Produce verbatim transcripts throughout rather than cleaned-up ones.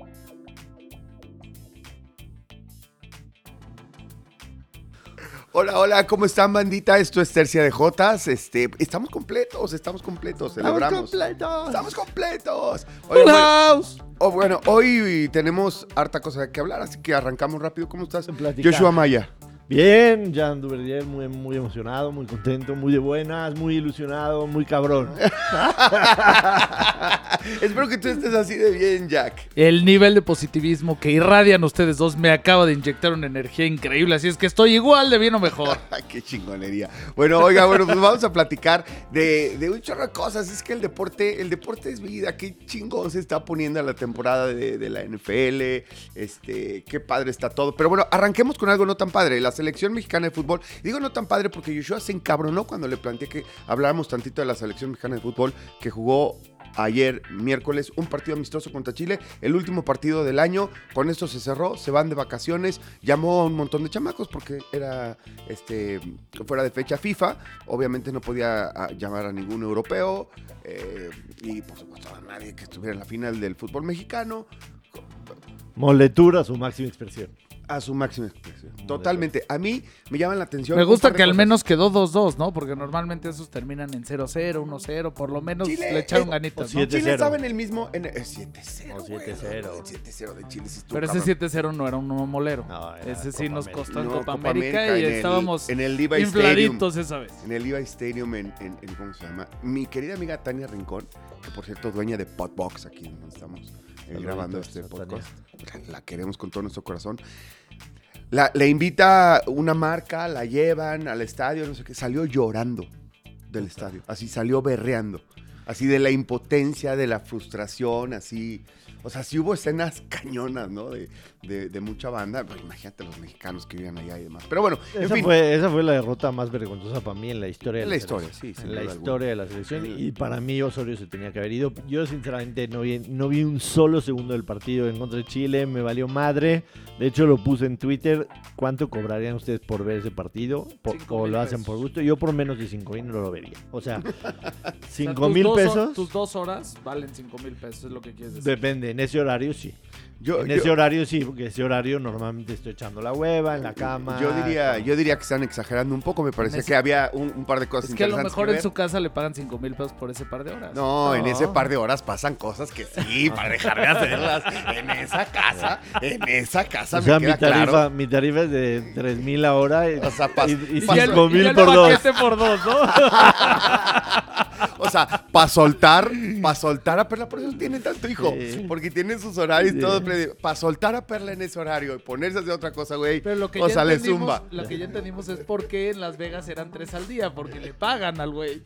Hola, hola, ¿cómo están, bandita? Esto es Tercia de Jotas. Este, estamos completos, estamos completos, celebramos. ¡Estamos completos! ¡Estamos completos! Oye, bueno, oh, bueno, hoy tenemos harta cosa que hablar, así que arrancamos rápido. ¿Cómo estás? Joshua Maya. Bien, Jan Duverdier, muy, muy emocionado, muy contento, muy de buenas, muy ilusionado, muy cabrón. Espero que tú estés así de bien, Jack. El nivel de positivismo que irradian ustedes dos me acaba de inyectar una energía increíble, así es que estoy igual de bien o mejor. ¡Qué chingonería! Bueno, oiga, bueno, pues vamos a platicar de, de un chorro de cosas. Es que el deporte, el deporte es vida. Qué chingón se está poniendo la temporada de, de la N F L. Este, qué padre está todo. Pero bueno, arranquemos con algo no tan padre. La selección mexicana de fútbol. Digo no tan padre porque Joshua se encabronó cuando le planteé que habláramos tantito de la selección mexicana de fútbol que jugó ayer, miércoles, un partido amistoso contra Chile, el último partido del año. Con esto se cerró, se van de vacaciones. Llamó a un montón de chamacos porque era este, fuera de fecha FIFA. Obviamente no podía a, llamar a ningún europeo eh, y por supuesto a nadie que estuviera en la final del fútbol mexicano. Moletura a su máxima expresión. A su máxima expresión. Totalmente. A mí me llama la atención. Me gusta que al menos quedó dos dos, ¿no? Porque normalmente esos terminan en cero cero, uno cero. Por lo menos Chile, le echaron eh, ganitas, ¿no? Chile estaba en el mismo... En, eh, siete cero, O siete cero. Güey, siete cero de Chile. Sí estuvo Pero ese cabrón. siete cero no era un molero. No, era ese sí Copa nos América. costó en No, Copa, Copa América, América, y en el- estábamos en el Levi infladitos esa vez. En el Levi Stadium, en, en, en- ¿cómo se llama? Mi querida amiga Tania Rincón, que por cierto dueña de Podbox, aquí donde estamos eh, Saluditos grabando este a podcast. La, la queremos con todo nuestro corazón. La, le invita una marca, la llevan al estadio, no sé qué. Salió llorando del estadio, así salió berreando. Así de la impotencia, de la frustración, así. O sea, sí hubo escenas cañonas, ¿no? De, de, de mucha banda. Pues imagínate los mexicanos que vivían allá y demás. Pero bueno, en Esa fin. fue, esa fue la derrota más vergonzosa para mí en la historia de En la, la historia, selección. sí, sin En la duda historia de la selección. alguna. Y para mí Osorio se tenía que haber ido. Yo sinceramente no vi, no vi un solo segundo del partido en contra de Chile. Me valió madre. De hecho lo puse en Twitter. ¿Cuánto cobrarían ustedes por ver ese partido? Por- Cinco ¿O mil lo hacen pesos. por gusto? Yo por menos de cinco mil no lo vería. O sea, O sea, cinco tus mil dos hor- pesos. Tus dos horas valen cinco mil pesos, es lo que quieres decir. Depende, en ese horario sí. Yo, En yo- ese horario sí, porque ese horario normalmente estoy echando la hueva en la cama. Yo diría, yo diría que están exagerando un poco. Me parecía ese- que había un, un par de cosas Es que a lo interesantes mejor que en ver. su casa le pagan cinco mil pesos por ese par de horas. No, en ese par de horas pasan cosas que sí, para dejar de hacerlas. En esa casa, en esa casa O sea, me mi queda tarifa, claro. mi tarifa es de tres mil a hora y, O sea, pas- y, y pas- Y el- cinco y mil el por dos. paquete por dos, ¿no? O sea, para soltar, para soltar a Perla, por eso tiene tanto hijo. Sí. Porque tiene sus horarios Sí. todo. Para soltar a Perla en ese horario y ponerse a hacer otra cosa, güey. Pero lo que, O ya sea, le entendimos, zumba. lo que ya entendimos es por qué en Las Vegas eran tres al día, porque le pagan al güey.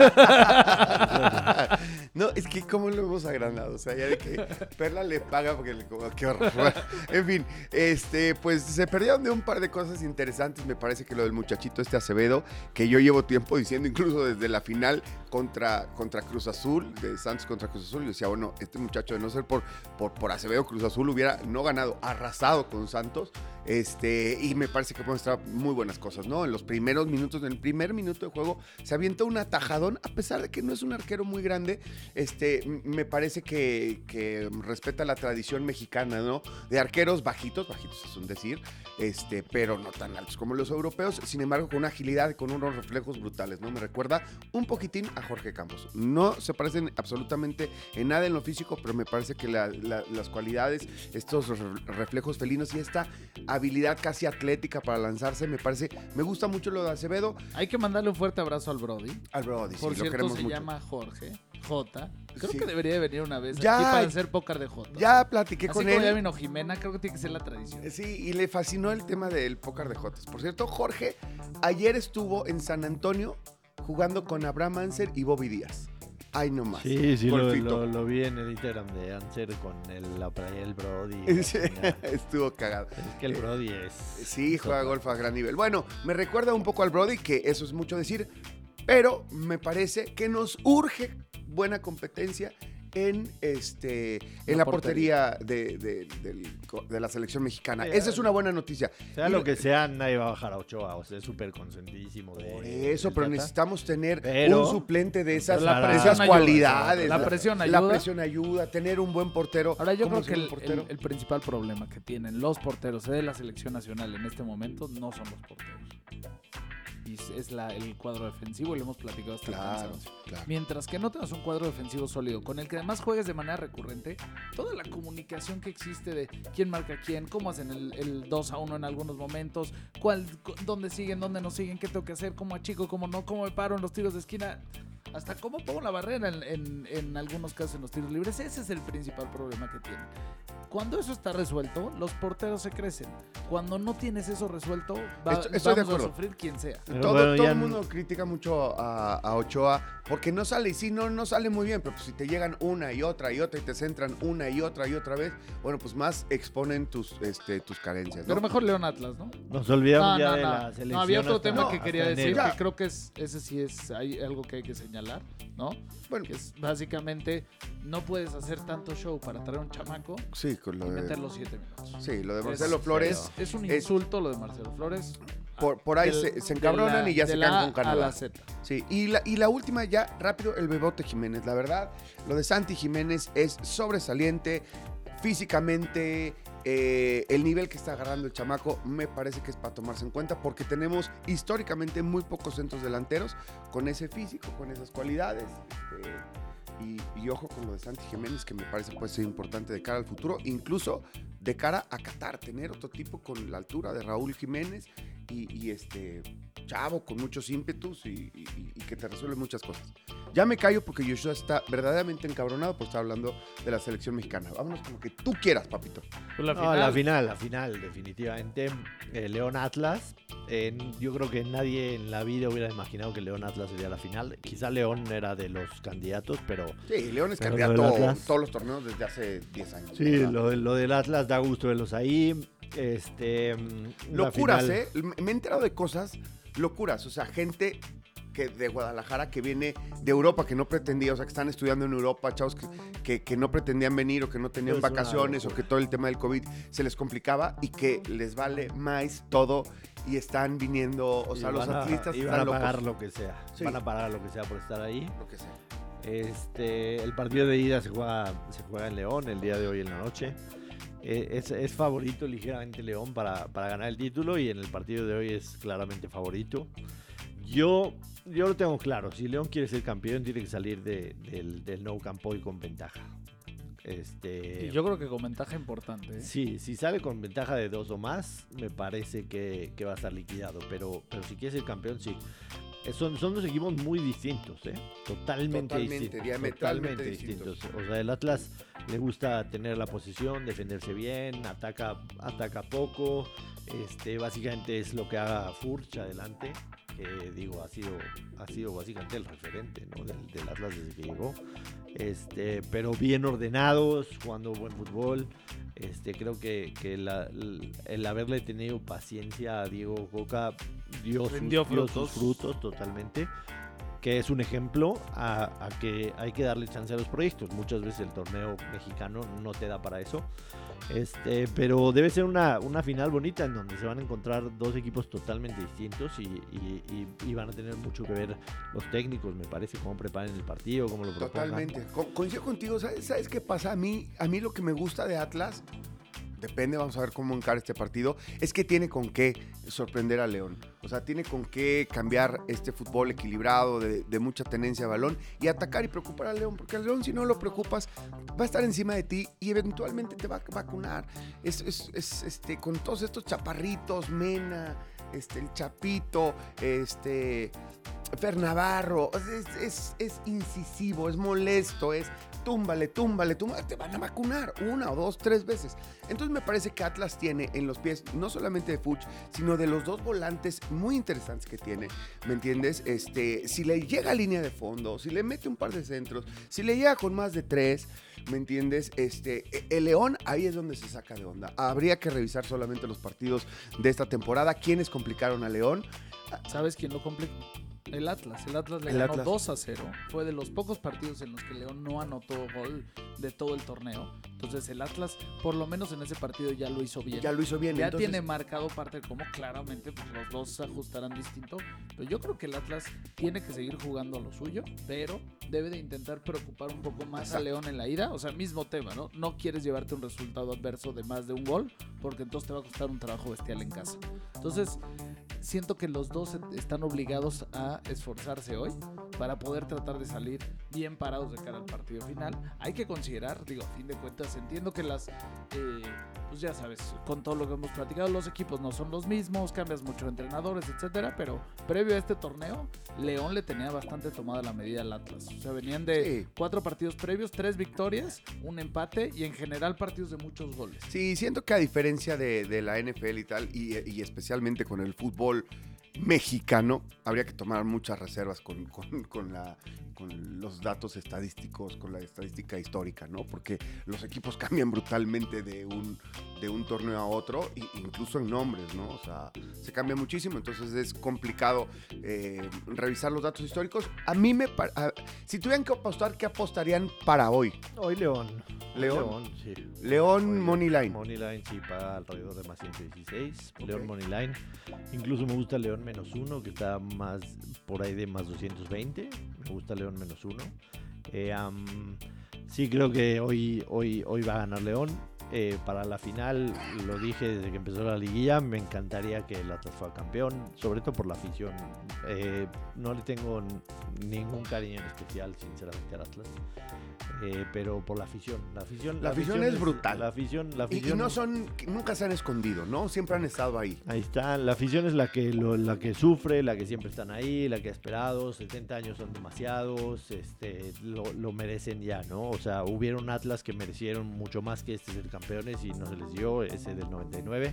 No, es que cómo lo hemos agrandado. O sea, ya de que Perla le paga porque le como, qué horror. Bueno, en fin, este, pues se perdieron de un par de cosas interesantes. Me parece que lo del muchachito este Acevedo, que yo llevo tiempo diciendo, incluso desde la final contra, contra Cruz Azul, de Santos contra Cruz Azul, yo decía, bueno, este muchacho de no ser por, por, por Acevedo, Cruz Azul hubiera no ganado, arrasado con Santos. Este, y me parece que pueden estar muy buenas cosas, ¿no? En los primeros minutos, en el primer minuto de juego, se avienta un atajadón, a pesar de que no es un arquero muy grande. Este, m- me parece que, que respeta la tradición mexicana, ¿no? De arqueros bajitos, bajitos es un decir, este, pero no tan altos como los europeos, sin embargo, con una agilidad y con unos reflejos brutales, ¿no? Me recuerda un poquitín a Jorge Campos. No se parecen absolutamente en nada en lo físico, pero me parece que la- la- las cualidades, estos re- reflejos felinos y esta habilidad casi atlética para lanzarse, me parece, me gusta mucho lo de Acevedo. Hay que mandarle un fuerte abrazo al Brody. Al Brody, sí, Por lo cierto, queremos se mucho. llama Jorge J. Creo Sí. que debería de venir una vez Ya, aquí para hacer póker de J. Ya platiqué Así con como ya él. vino Jimena, creo que tiene que ser la tradición. Sí, y le fascinó el tema del póker de Jotas. Por cierto, Jorge ayer estuvo en San Antonio jugando con Abraham Anser y Bobby Díaz. Ay, no más. Sí, sí, lo, Golfito. lo, lo vi en el Instagram de Anser con el, la playa del Brody. Sí, Es estuvo cagado. que el Brody es... Sí, juega golf a gran nivel. Bueno, me recuerda un poco al Brody, que eso es mucho decir, pero me parece que nos urge buena competencia en este en La la portería, de, de, del- de la selección mexicana. Sí, Esa es una buena noticia. Sea Y lo que sea, nadie va a bajar a Ochoa. O sea, es súper consentidísimo. De, Por eso, del pero Tata. necesitamos tener Pero- un suplente de esas, Pero la de presión esas ayuda. cualidades. La presión La ayuda. presión ayuda, tener un buen portero. Ahora yo como creo que el, segundo portero. el- el principal problema que tienen los porteros de la selección nacional en este momento no son los porteros. Y es- es la, el cuadro defensivo y lo hemos platicado hasta el Claro, cansancio. claro. Mientras que no tengas un cuadro defensivo sólido, con el que además juegues de manera recurrente, toda la comunicación que existe de quién marca a quién, cómo hacen el, el dos a uno en algunos momentos, cuál, cu- dónde siguen, dónde no siguen, qué tengo que hacer, cómo achico, cómo no, cómo me paro en los tiros de esquina, hasta cómo pongo la barrera en, en- en algunos casos en los tiros libres. Ese es el principal problema que tienen. Cuando eso está resuelto, los porteros se crecen. Cuando no tienes eso resuelto, va, Estoy- estoy de vamos a acuerdo. sufrir quien sea. Pero Todo, bueno, todo ya el n- mundo critica mucho a, a Ochoa porque no sale, y sí, no, no sale muy bien, pero pues si te llegan una y otra y otra y te centran una y otra y otra vez, bueno, pues más exponen tus, este, tus carencias, ¿no? Pero mejor León Atlas, ¿no? Nos olvidamos No, ya no, de no. la selección. No, había otro hasta- tema no, que hasta quería decir, enero. que creo que es, ese sí es hay algo que hay que señalar, ¿no? Bueno, Que es básicamente, no puedes hacer tanto show para traer un chamaco sí, con y lo de, meter los siete minutos. sí, lo de Es- Marcelo Flores, Es, es un es- insulto lo de Marcelo Flores. por, por ahí Del- se, se de encabronan la- y ya de se la quedan A con a la Canadá. Z. Sí, y la, y la última ya, rápido, el Bebote Jiménez. La verdad, lo de Santi Jiménez es sobresaliente físicamente. Eh, el nivel que está agarrando el chamaco me parece que es para tomarse en cuenta porque tenemos históricamente muy pocos centros delanteros con ese físico, con esas cualidades. este, y, y ojo con lo de Santi Jiménez, que me parece puede ser importante de cara al futuro, incluso de cara a Qatar, tener otro tipo con la altura de Raúl Jiménez y, y este chavo con muchos ímpetus y, y- y que te resuelve muchas cosas. Ya me callo porque Joshua está verdaderamente encabronado por estar hablando de la selección mexicana. Vámonos con lo que tú quieras, papito. Pues la No, final, la final, la final, definitivamente. Eh, León Atlas. Eh, yo creo que nadie en la vida hubiera imaginado que León Atlas sería la final. Quizá León era de los candidatos, pero Sí, León es Pero lo candidato del a Atlas. todos los torneos desde hace diez años. sí, ¿verdad? lo, de- lo del Atlas da gusto verlos ahí. Este, mm, la Locuras, final- ¿eh? Me he enterado de cosas, locuras. O sea, gente que de Guadalajara que viene de Europa, que no pretendía, o sea, que están estudiando en Europa, chavos que, que, que no pretendían venir o que no tenían Es una vacaciones o locura. que todo el tema del COVID se les complicaba y que les vale más todo y están viniendo, o y sea, los van a- atletas y van están a locos. pagar lo que sea. Sí. Van a pagar lo que sea por estar ahí. Lo que sea. Este, el partido de ida se juega, se juega en León el día de hoy en la noche. Eh, es, es favorito ligeramente León para, para ganar el título y en el partido de hoy es claramente favorito. Yo, yo lo tengo claro, si León quiere ser campeón tiene que salir de- del, del Nou Camp hoy con ventaja. Este, y yo creo que con ventaja importante. ¿eh? Sí, si sale con ventaja de dos o más, me parece que, que va a estar liquidado. Pero, pero si quiere ser campeón, sí. Eh, Son, son dos equipos muy distintos, ¿eh? Totalmente, Totalmente, distintos. diametralmente totalmente distintos. distintos. O sea, el Atlas le gusta tener la posición, defenderse bien, ataca, ataca poco. Este, básicamente es lo que haga Furch adelante. Que digo, ha sido, ha sido básicamente el referente, ¿no? del, del Atlas desde que llegó. Este, pero bien ordenados, jugando buen fútbol. Este, creo que, que la- el, el haberle tenido paciencia a Diego Coca dio, sus, Rindió dio sus frutos. frutos totalmente. Que es un ejemplo a, a que hay que darle chance a los proyectos. Muchas veces el torneo mexicano no te da para eso. Este, pero debe ser una, una final bonita en donde se van a encontrar dos equipos totalmente distintos y, y- y- y van a tener mucho que ver los técnicos, me parece, cómo preparen el partido, cómo lo propongan. Totalmente. Co- coincido contigo. ¿Sabes, ¿Sabes qué pasa? A mí, a mí lo que me gusta de Atlas, depende, vamos a ver cómo encara este partido, es que tiene con qué sorprender a León. O sea, tiene con qué cambiar este fútbol equilibrado, de, de mucha tenencia de balón, y atacar y preocupar al León. Porque al León, si no lo preocupas, va a estar encima de ti y eventualmente te va a vacunar. Es, es- es, este, con todos estos chaparritos, Mena, este, el Chapito, este... Fer Navarro, es, es, es incisivo, es molesto, es túmbale, túmbale, túmbale, te van a vacunar una o dos, tres veces. Entonces me parece que Atlas tiene en los pies, no solamente de Fuchs, sino de los dos volantes muy interesantes que tiene, ¿me entiendes? Este, si le llega a línea de fondo, si le mete un par de centros, si le llega con más de tres, ¿me entiendes? Este, el León ahí es donde se saca de onda. Habría que revisar solamente los partidos de esta temporada, quiénes complicaron a León. ¿Sabes quién lo complica? El Atlas, el Atlas le El ganó Atlas. dos a cero. Fue de los pocos partidos en los que León no anotó gol de todo el torneo. Entonces el Atlas, por lo menos en ese partido, ya lo hizo bien. Ya lo hizo bien. Ya entonces, tiene marcado parte de cómo claramente pues, los dos se ajustarán distinto. Pero yo creo que el Atlas tiene que seguir jugando a lo suyo, pero debe de intentar preocupar un poco más Exacto. a León en la ida. O sea, mismo tema, ¿no? No quieres llevarte un resultado adverso de más de un gol, porque entonces te va a costar un trabajo bestial en casa. Entonces, siento que los dos están obligados a esforzarse hoy para poder tratar de salir bien parados de cara al partido final. Hay que considerar, digo, a fin de cuentas, entiendo que las, eh, pues ya sabes, con todo lo que hemos platicado, los equipos no son los mismos, cambias mucho de entrenadores, etcétera, pero previo a este torneo, León le tenía bastante tomada la medida al Atlas. O sea, venían de Sí. cuatro partidos previos, tres victorias, un empate y en general partidos de muchos goles. Sí, siento que a diferencia de, de la N F L y tal, y, y especialmente con el fútbol mexicano, habría que tomar muchas reservas con, con, con, la, con los datos estadísticos, con la estadística histórica, ¿no? Porque los equipos cambian brutalmente de un, de un torneo a otro, e incluso en nombres, ¿no? O sea, se cambia muchísimo, entonces es complicado eh, revisar los datos históricos. A mí me... pa- a- si tuvieran que apostar, ¿qué apostarían para hoy? Hoy León. Hoy León. sí. León Hoy Money Line. Money Line sí paga alrededor de más ciento dieciséis. Ok. León Money Line. Incluso me gusta León menos uno, que está más por ahí de más doscientos veinte. Me gusta León menos uno. Eh, um, sí, creo que hoy, hoy, hoy va a ganar León. Eh, para la final, lo dije desde que empezó la liguilla, me encantaría que el Atlas fuera campeón, sobre todo por la afición. Eh, no le tengo n- ningún cariño en especial, sinceramente, al Atlas. Eh, pero por la afición. La afición, La afición es brutal. La afición, la Y, y afición no son, nunca se han escondido, ¿no? Siempre han estado ahí. Ahí está, la afición es la que lo- la que sufre, la que siempre están ahí, la que ha esperado, setenta años son demasiados, este, lo, lo merecen ya, ¿no? O sea, hubieron Atlas que merecieron mucho más que este ser campeones y no se les dio, ese del noventa y nueve.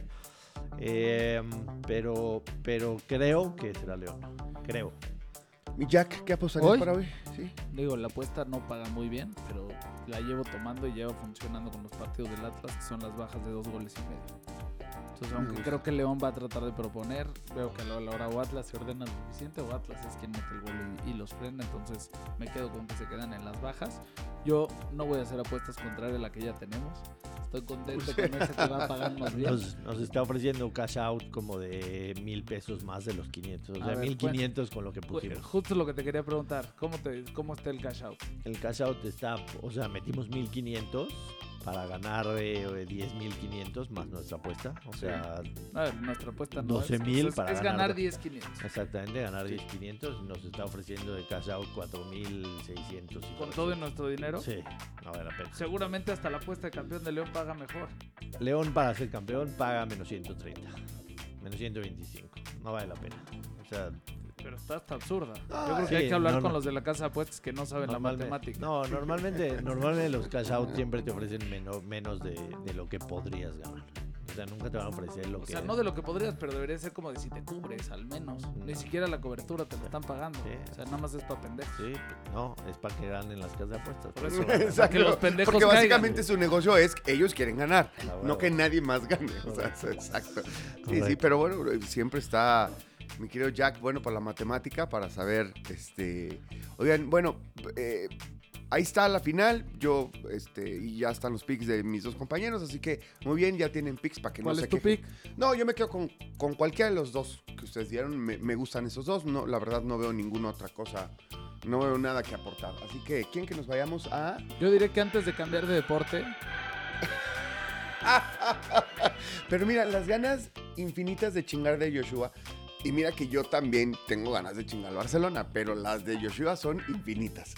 Eh, pero, pero creo que será León, creo. Mi Jack, ¿qué apostarías ¿Hoy? para hoy? Sí. Digo, la apuesta no paga muy bien, pero la llevo tomando y llevo funcionando con los partidos del Atlas, que son las bajas de dos goles y medio. Entonces, Me aunque gusta. creo que León va a tratar de proponer, veo que a la hora o Atlas se ordena lo suficiente o Atlas es quien mete el gol y, y los frena, entonces me quedo con que se quedan en las bajas. Yo no voy a hacer apuestas contrarias a la que ya tenemos. Estoy contento con ese que va a pagarnos bien. Nos, nos está ofreciendo cash out como de mil pesos más de los quinientos, o A sea, ver, mil quinientos con lo que Ju- pusimos. Justo lo que te quería preguntar, ¿cómo, te, cómo está el cash out? El cash out está, o sea, metimos mil quinientos para ganar eh, diez mil quinientos más nuestra apuesta. O sea, A ver, nuestra apuesta no doce es, mil es, para es ganar. ganar diez quinientos. exactamente, ganar diez mil quinientos. Nos está ofreciendo de cash out cuatro mil seiscientos. y Con por todo eso- nuestro dinero. Sí, no vale la pena. Seguramente hasta la apuesta de campeón de León paga mejor. León para ser campeón paga menos ciento treinta, menos ciento veinticinco. No vale la pena. O sea, Pero está hasta absurda. Ah, Yo creo que sí, hay que hablar no, con no. los de la casa de apuestas que no saben la normalmente- matemática. No, normalmente, normalmente los cash out siempre te ofrecen menos, menos de, de lo que podrías ganar. O sea, nunca te van a ofrecer lo O que... sea, no de lo que podrías, pero debería ser como de si te cubres, al menos. Mm. Ni siquiera la cobertura te lo están pagando. Sí. O sea, nada más es para pendejos. Sí, no, es para que ganen las casas de apuestas. Por eso, Exacto. para que los pendejos Porque caigan. básicamente su negocio es que ellos quieren ganar, La no verdad. que nadie más gane. O sea, Correcto. exacto. Sí, sí, Correcto. pero bueno, siempre está mi querido Jack bueno para la matemática, para saber, este... Oigan, bueno, eh, ahí está la final, yo, este, y ya están los picks de mis dos compañeros, así que muy bien, ya tienen picks para que ¿Cuál no es se tu quejen. pick? No, yo me quedo con, con cualquiera de los dos que ustedes dieron, me, me gustan esos dos, no, la verdad no veo ninguna otra cosa, no veo nada que aportar, así que, ¿quieren que nos vayamos a...? Yo diré que antes de cambiar de deporte, Pero mira, las ganas infinitas de chingar de Joshua, y mira que yo también tengo ganas de chingar al Barcelona, pero las de Joshua son infinitas.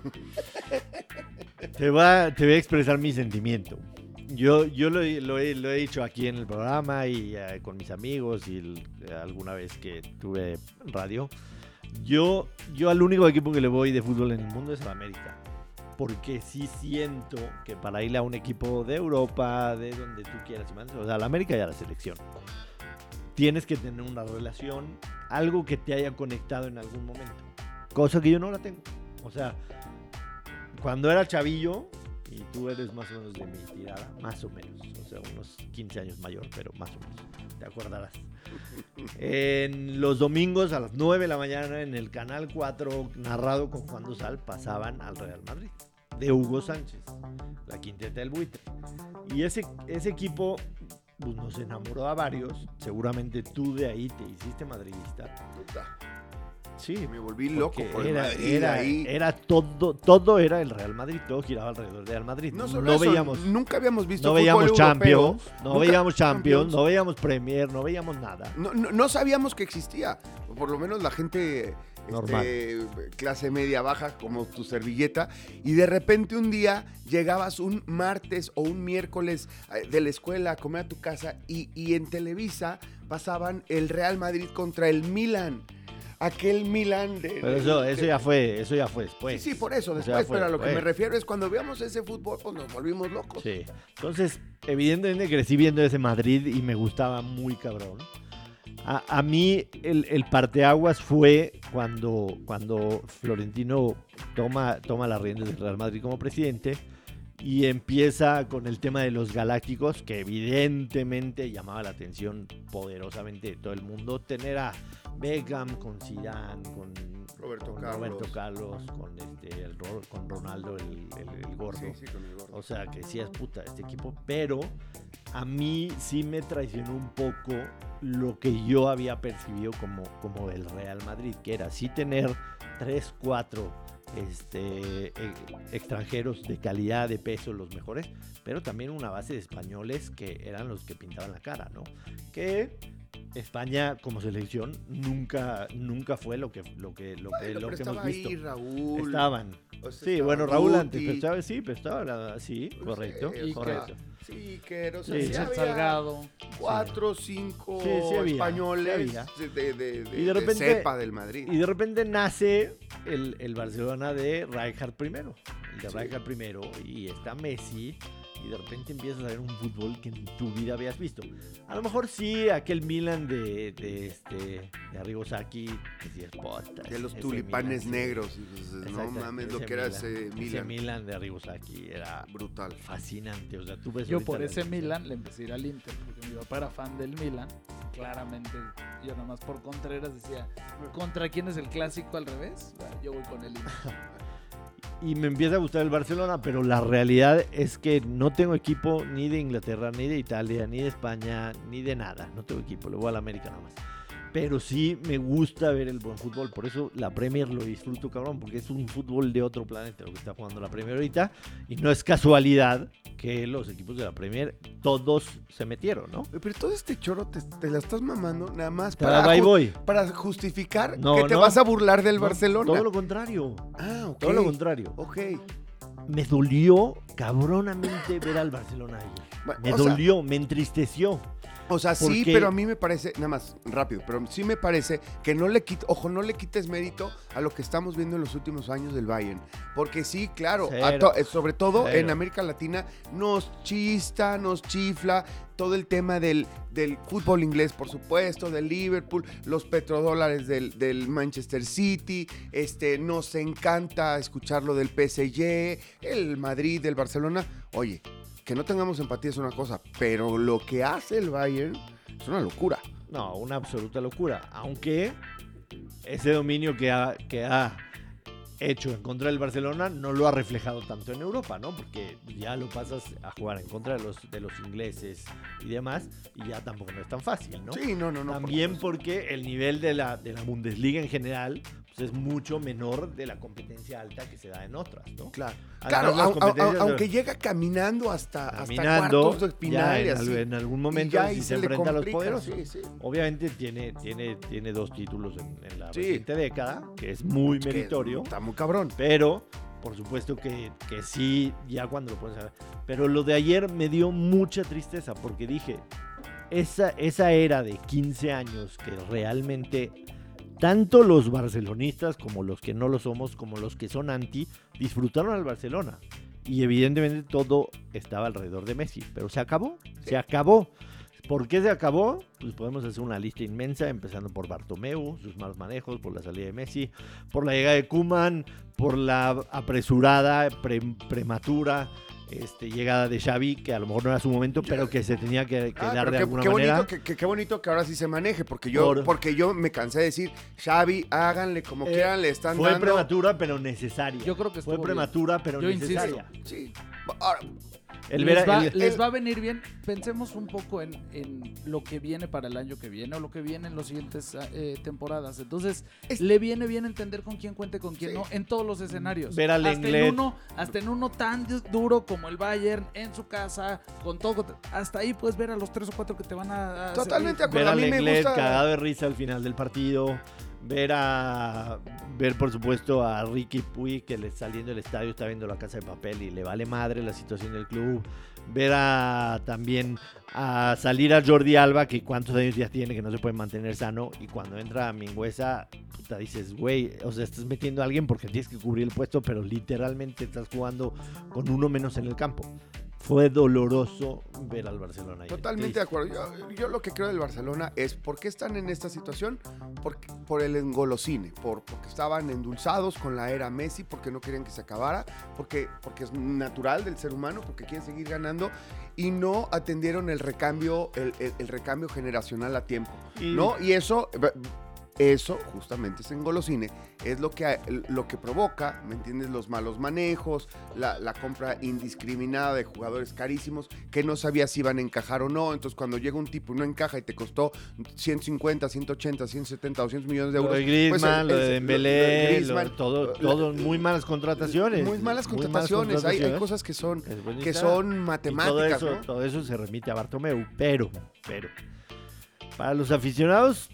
Te, va, te voy a expresar mi sentimiento. Yo, yo lo, he- lo he, lo he dicho aquí en el programa y eh, con mis amigos y el- alguna vez que tuve radio. Yo, yo al único equipo que le voy de fútbol en el mundo es al América. Porque sí siento que para ir a un equipo de Europa, de donde tú quieras, y más, o sea, al América y a la selección, tienes que tener una relación, algo que te haya conectado en algún momento. Cosa que yo no la tengo. O sea, cuando era chavillo, y tú eres más o menos de mi tirada, más o menos, o sea, unos quince años mayor, pero más o menos. te acordarás. En los domingos a las nueve de la mañana en el Canal cuatro, narrado con Juan Dosal, pasaban al Real Madrid, de Hugo Sánchez, la quinteta del buitre. Y ese, ese equipo pues, nos enamoró a varios. Seguramente tú de ahí te hiciste madridista. Sí, me volví loco por el era, Madrid. Era, ahí. era todo, todo era el Real Madrid, todo giraba alrededor del Real Madrid. No solo no eso, veíamos, nunca habíamos visto no fútbol veíamos europeo. Champions, no Nunca- veíamos Champions, Champions. no veíamos Premier, no veíamos nada. No, no, no sabíamos que existía. Por lo menos la gente Normal. este, clase media baja, como tu servilleta, y de repente un día llegabas un martes o un miércoles eh, de la escuela a comer a tu casa y, y en Televisa pasaban el Real Madrid contra el Milan. Aquel Milan de... Pero de- eso, de- eso ya fue, eso ya fue después. Sí, sí, por eso, Eso después, ya fue pero a lo que me después. refiero es cuando veamos ese fútbol, pues nos volvimos locos. Sí. Entonces, evidentemente crecí viendo ese Madrid y me gustaba muy cabrón. A, a mí el, el parteaguas fue cuando, cuando Florentino toma, toma las riendas del Real Madrid como presidente y empieza con el tema de los galácticos, que evidentemente llamaba la atención poderosamente de todo el mundo. Tener a Beckham con Zidane, con Roberto con Carlos. Roberto Carlos, con, este, el, Ro- con Ronaldo el, el- el gordo. Sí, sí, con el gordo. O sea, que sí es puta este equipo, pero a mí sí me traicionó un poco lo que yo había percibido como, como el Real Madrid, que era sí tener tres, cuatro este, e- extranjeros de calidad, de peso, los mejores, pero también una base de españoles que eran los que pintaban la cara, ¿no? Que España como selección nunca, nunca fue lo que, lo que, lo que, Bueno, lo pero que estaba hemos visto. ahí Raúl. Estaban. o sea, Sí, estaba bueno, Raúl Guti, antes, pero estaba, sí, pero estaba, la- sí, pues, correcto, eh, o sea, correcto. Sí, que o sea, Sí. sí Richard había Salgado. cuatro, cinco Sí, sí había, españoles sí había. de, de, de, de- Y de de repente- cepa del Madrid. Y de repente nace el, el Barcelona de Rijkaard primero, el de Sí. Rijkaard primero, y está Messi, y de repente empiezas a ver un fútbol que en tu vida habías visto. A lo mejor sí, aquel Milan de, de, este, de Arrigo Sacchi, que sí es posta. De los ese tulipanes Milan, sí. negros. y pues, no Exacto, mames lo ese que era Milan, ese Ese Milan. Milan de Arrigo Sacchi era Brutal. fascinante. O sea, tú ves Yo ahorita por la ese selección. Milan le empecé a ir al Inter, porque mi papá era fan del Milan. Claramente, yo nada más por Contreras decía, ¿contra quién es el clásico al revés? Yo voy con el Inter. Y me empieza a gustar el Barcelona, pero la realidad es que no tengo equipo ni de Inglaterra, ni de Italia, ni de España, ni de nada. No tengo equipo, le voy a la América nada más. Pero sí me gusta ver el buen fútbol, por eso la Premier lo disfruto, cabrón, porque es un fútbol de otro planeta lo que está jugando la Premier ahorita. Y no es casualidad que los equipos de la Premier todos se metieron, ¿no? Pero todo este choro te, te la estás mamando nada más Para para, ahí ju- voy. para justificar No, que te no. vas a burlar del No, Barcelona. Todo lo contrario. Ah, ok. Todo lo contrario. Ok. Me dolió cabronamente ver al Barcelona ayer. Bueno, Me o sea, dolió, me entristeció. O sea, sí, Porque- pero a mí me parece, nada más, rápido, pero sí me parece que no le quites, ojo, no le quites mérito a lo que estamos viendo en los últimos años del Bayern. Porque sí, claro, a Cero. to- eh, sobre todo Cero. en América Latina, nos chista, nos chifla todo el tema del, del fútbol inglés, por supuesto, del Liverpool, los petrodólares del, del Manchester City, este, nos encanta escucharlo del P S G, el Madrid, del Barcelona. Oye, que no tengamos empatía es una cosa, pero lo que hace el Bayern es una locura. No, una absoluta locura. Aunque ese dominio que ha, que ha hecho en contra del Barcelona no lo ha reflejado tanto en Europa, ¿no? Porque ya lo pasas a jugar en contra de los, de los ingleses y demás, y ya tampoco no es tan fácil, ¿no? Sí, no, no, no. por También supuesto. porque el nivel de la, de la Bundesliga en general pues es mucho menor de la competencia alta que se da en otras, ¿no? Claro, Además, claro las au- au- competencias- aunque llega caminando hasta, hasta Caminando, cuartos de ya final y en, así. al- en algún Y momento ya si ahí se, se le enfrenta a los complica, poderosos. sí, sí. Obviamente tiene, tiene, tiene dos títulos en, en la Sí. reciente década, que es muy Que meritorio, Está muy cabrón. pero por supuesto que, que sí, ya cuando lo pones a ver. Pero lo de ayer me dio mucha tristeza porque dije, esa, esa era de quince años que realmente tanto los barcelonistas como los que no lo somos, como los que son anti, disfrutaron al Barcelona. Y evidentemente todo estaba alrededor de Messi, pero se acabó, se acabó. ¿Por qué se acabó? Pues podemos hacer una lista inmensa, empezando por Bartomeu, sus malos manejos, por la salida de Messi, por la llegada de Koeman, por la apresurada, pre- prematura este, llegada de Xavi, que a lo mejor no era su momento, pero que se tenía que, que Ah, dar pero de qué, alguna qué manera. bonito, que, que- qué bonito que ahora sí se maneje, porque yo, Por- porque yo me cansé de decir, Xavi, háganle como Eh, quieran, le están Fue dando. prematura, pero necesaria. Yo creo que Fue estuvo bien. prematura, pero Yo necesaria. Sí. Ahora, El les, ver- va, el- les el- va a venir bien. Pensemos un poco en, en lo que viene para el año que viene o lo que viene en las siguientes eh, temporadas. Entonces, Es- le viene bien entender con quién cuente, con quién Sí. no, en todos los escenarios. Ver al hasta, Lenglet. en uno, hasta en uno tan du- duro como el Bayern, en su casa, con todo. Hasta ahí puedes ver a los tres o cuatro que te van a. a Totalmente servir. de ver acuerdo. a A mí me Lenglet gusta- cagado de risa al final del partido, ver a ver por supuesto a Ricky Puig que le, saliendo del estadio está viendo La Casa de Papel y le vale madre la situación del club, ver a también a salir a Jordi Alba, que cuántos años ya tiene que no se puede mantener sano, y cuando entra a Mingueza, puta, dices, güey, o sea, estás metiendo a alguien porque tienes que cubrir el puesto, pero literalmente estás jugando con uno menos en el campo. Fue doloroso ver al Barcelona ahí. Totalmente de acuerdo. Yo, yo lo que creo del Barcelona es por qué están en esta situación, por, por el engolosine, por, porque estaban endulzados con la era Messi, porque no querían que se acabara, porque, porque es natural del ser humano, porque quieren seguir ganando y no atendieron el recambio, el, el- el recambio generacional a tiempo, Y- ¿no? Y eso, eso justamente ese engolosine es lo que, lo que provoca, ¿me entiendes? Los malos manejos, la, la compra indiscriminada de jugadores carísimos que no sabías si iban a encajar o no. Entonces, cuando llega un tipo y no encaja y te costó ciento cincuenta, ciento ochenta, ciento setenta, doscientos millones de Lo euros. de Griezmann, pues, lo de es- Dembélé, Griezmann, lo- todo, la- todo, muy malas contrataciones. Muy malas contrataciones. Hay, hay cosas que son, Es buena que idea. son Y matemáticas, todo eso, ¿no? todo eso se remite a Bartomeu, pero, pero, para los aficionados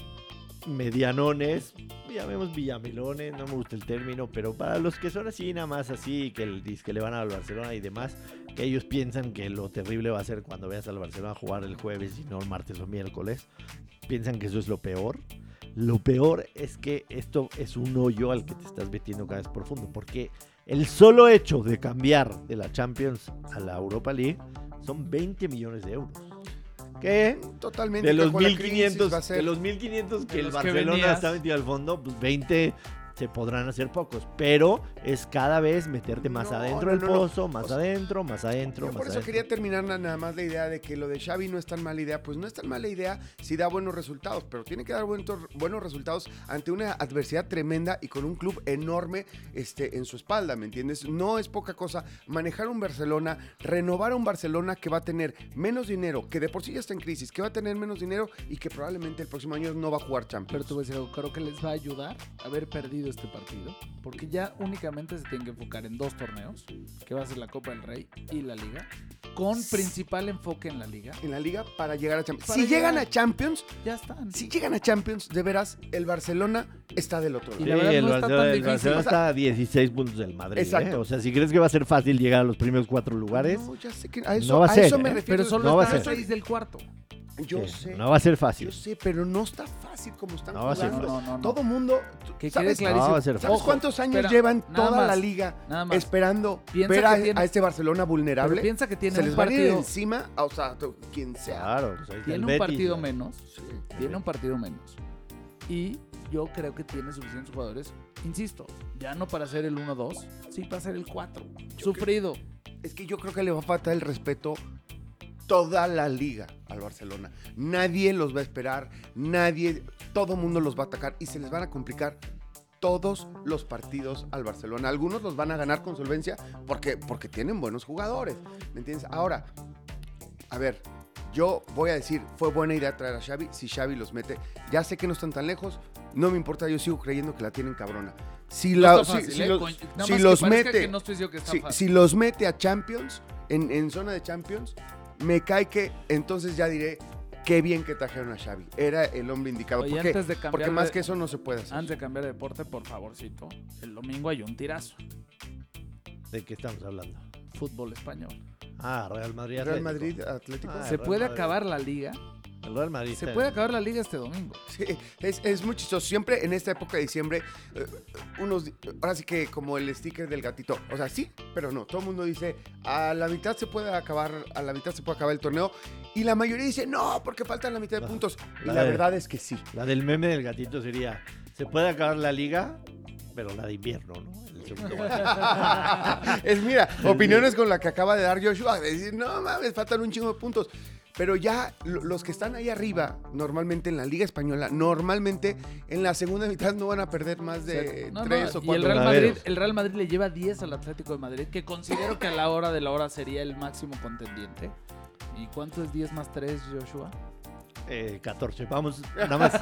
medianones, llamemos villamelones, no me gusta el término, pero para los que son así, nada más así, que, el, que le van al Barcelona y demás, que ellos piensan que lo terrible va a ser cuando veas al Barcelona jugar el jueves y no el martes o miércoles, piensan que eso es lo peor. Lo peor es que esto es un hoyo al que te estás metiendo cada vez profundo, porque el solo hecho de cambiar de la Champions a la Europa League son veinte millones de euros. Que Totalmente. de que los con la mil quinientos, crisis va a ser- de los mil quinientos que De el los que Barcelona venías. está metido al fondo, pues veinte se podrán hacer pocos, pero es cada vez meterte más No, adentro no, del no, no. pozo, más O sea, adentro, más adentro, Yo más por eso adentro. quería terminar na- nada más la idea de que lo de Xavi no es tan mala idea. Pues no es tan mala idea si da buenos resultados, pero tiene que dar buenos, buenos resultados ante una adversidad tremenda y con un club enorme este, en su espalda, ¿me entiendes? No es poca cosa manejar un Barcelona, renovar a un Barcelona que va a tener menos dinero, que de por sí ya está en crisis, que va a tener menos dinero y que probablemente el próximo año no va a jugar Pero Champions. te voy a decir algo, creo que les va a ayudar haber perdido este partido, porque ya únicamente se tienen que enfocar en dos torneos, que va a ser la Copa del Rey y la Liga, con principal enfoque en la Liga. En la liga para llegar a Champions. Para Si llegan llegar. a Champions, Ya están. si llegan a Champions, de veras, el Barcelona está del otro lado. Y la verdad el no está Barcelona, tan el difícil. Barcelona O sea, está a dieciséis puntos del Madrid. Exacto. ¿eh? O sea, si crees que va a ser fácil llegar a los primeros cuatro lugares, No, ya sé que a eso, No va a a ser, eso me ¿eh? refiero. Pero solo no va a están a ser. seis del cuarto. Yo sí, sé, no va a ser fácil. yo sé, pero no está fácil como están No va a ser jugando. fácil. No, no, no. Todo mundo, Que ¿sabes, quede clarísimo. No va a ser ¿sabes fácil. cuántos años espera, llevan nada toda más, la liga nada más. esperando Piensa ver que a, tiene- a este Barcelona vulnerable? Pero piensa que tiene Se un les va a ir partido, encima, o sea, tú- quien sea. Claro, pues ahí está tiene el un Betis, partido ¿no? menos, Sí. tiene un partido menos. Y yo creo que tiene suficientes jugadores, insisto, ya no para ser el uno dos, sí para ser el cuatro. Sufrido. Es que yo creo que le va a faltar el respeto toda la liga al Barcelona. Nadie los va a esperar, nadie, todo mundo los va a atacar y se les van a complicar todos los partidos al Barcelona. Algunos los van a ganar con solvencia porque, porque tienen buenos jugadores, ¿me entiendes? Ahora, a ver, yo voy a decir, fue buena idea traer a Xavi si Xavi los mete. Ya sé que no están tan lejos, no me importa, yo sigo creyendo que la tienen cabrona. Si, la, No está si- fácil, si ¿eh? los, Con- nada si más que los parezca mete... que no estoy diciendo que está Si, fácil. si los mete a Champions, en, en zona de Champions, me cae que entonces ya diré qué bien que trajeron a Xavi. Era el hombre indicado. Oye, ¿Por qué? antes de cambiar Porque más de- que eso no se puede hacer. Antes de cambiar de deporte, por favorcito, el domingo hay un tirazo. ¿De qué estamos hablando? Fútbol español. Ah, Real Madrid. Real Atlético. Madrid, Atlético. Ah, Se Real puede Madrid. acabar la liga. El Real Madrid. Se está- puede acabar la liga este domingo. Sí, es, es muy chistoso. Siempre en esta época de diciembre, eh, unos, ahora sí que como el sticker del gatito. O sea, sí, pero no. Todo el mundo dice, a la mitad se puede acabar, a la mitad se puede acabar el torneo. Y la mayoría dice, no, porque faltan la mitad de No, puntos. Y la la de- verdad es que sí. La del meme del gatito sería, ¿se puede acabar la liga? pero la de invierno, ¿no? El segundo Es, mira, opiniones con la que acaba de dar Joshua, de decir, no mames, faltan un chingo de puntos. Pero ya lo- los que están ahí arriba, normalmente en la Liga Española, normalmente en la segunda mitad no van a perder más de No, no, tres o y el cuatro. Real, goles. Madrid, el Real Madrid le lleva diez al Atlético de Madrid, que considero que a la hora de la hora sería el máximo contendiente. ¿Y cuánto es diez más tres, Joshua? Eh, catorce. Vamos, nada más.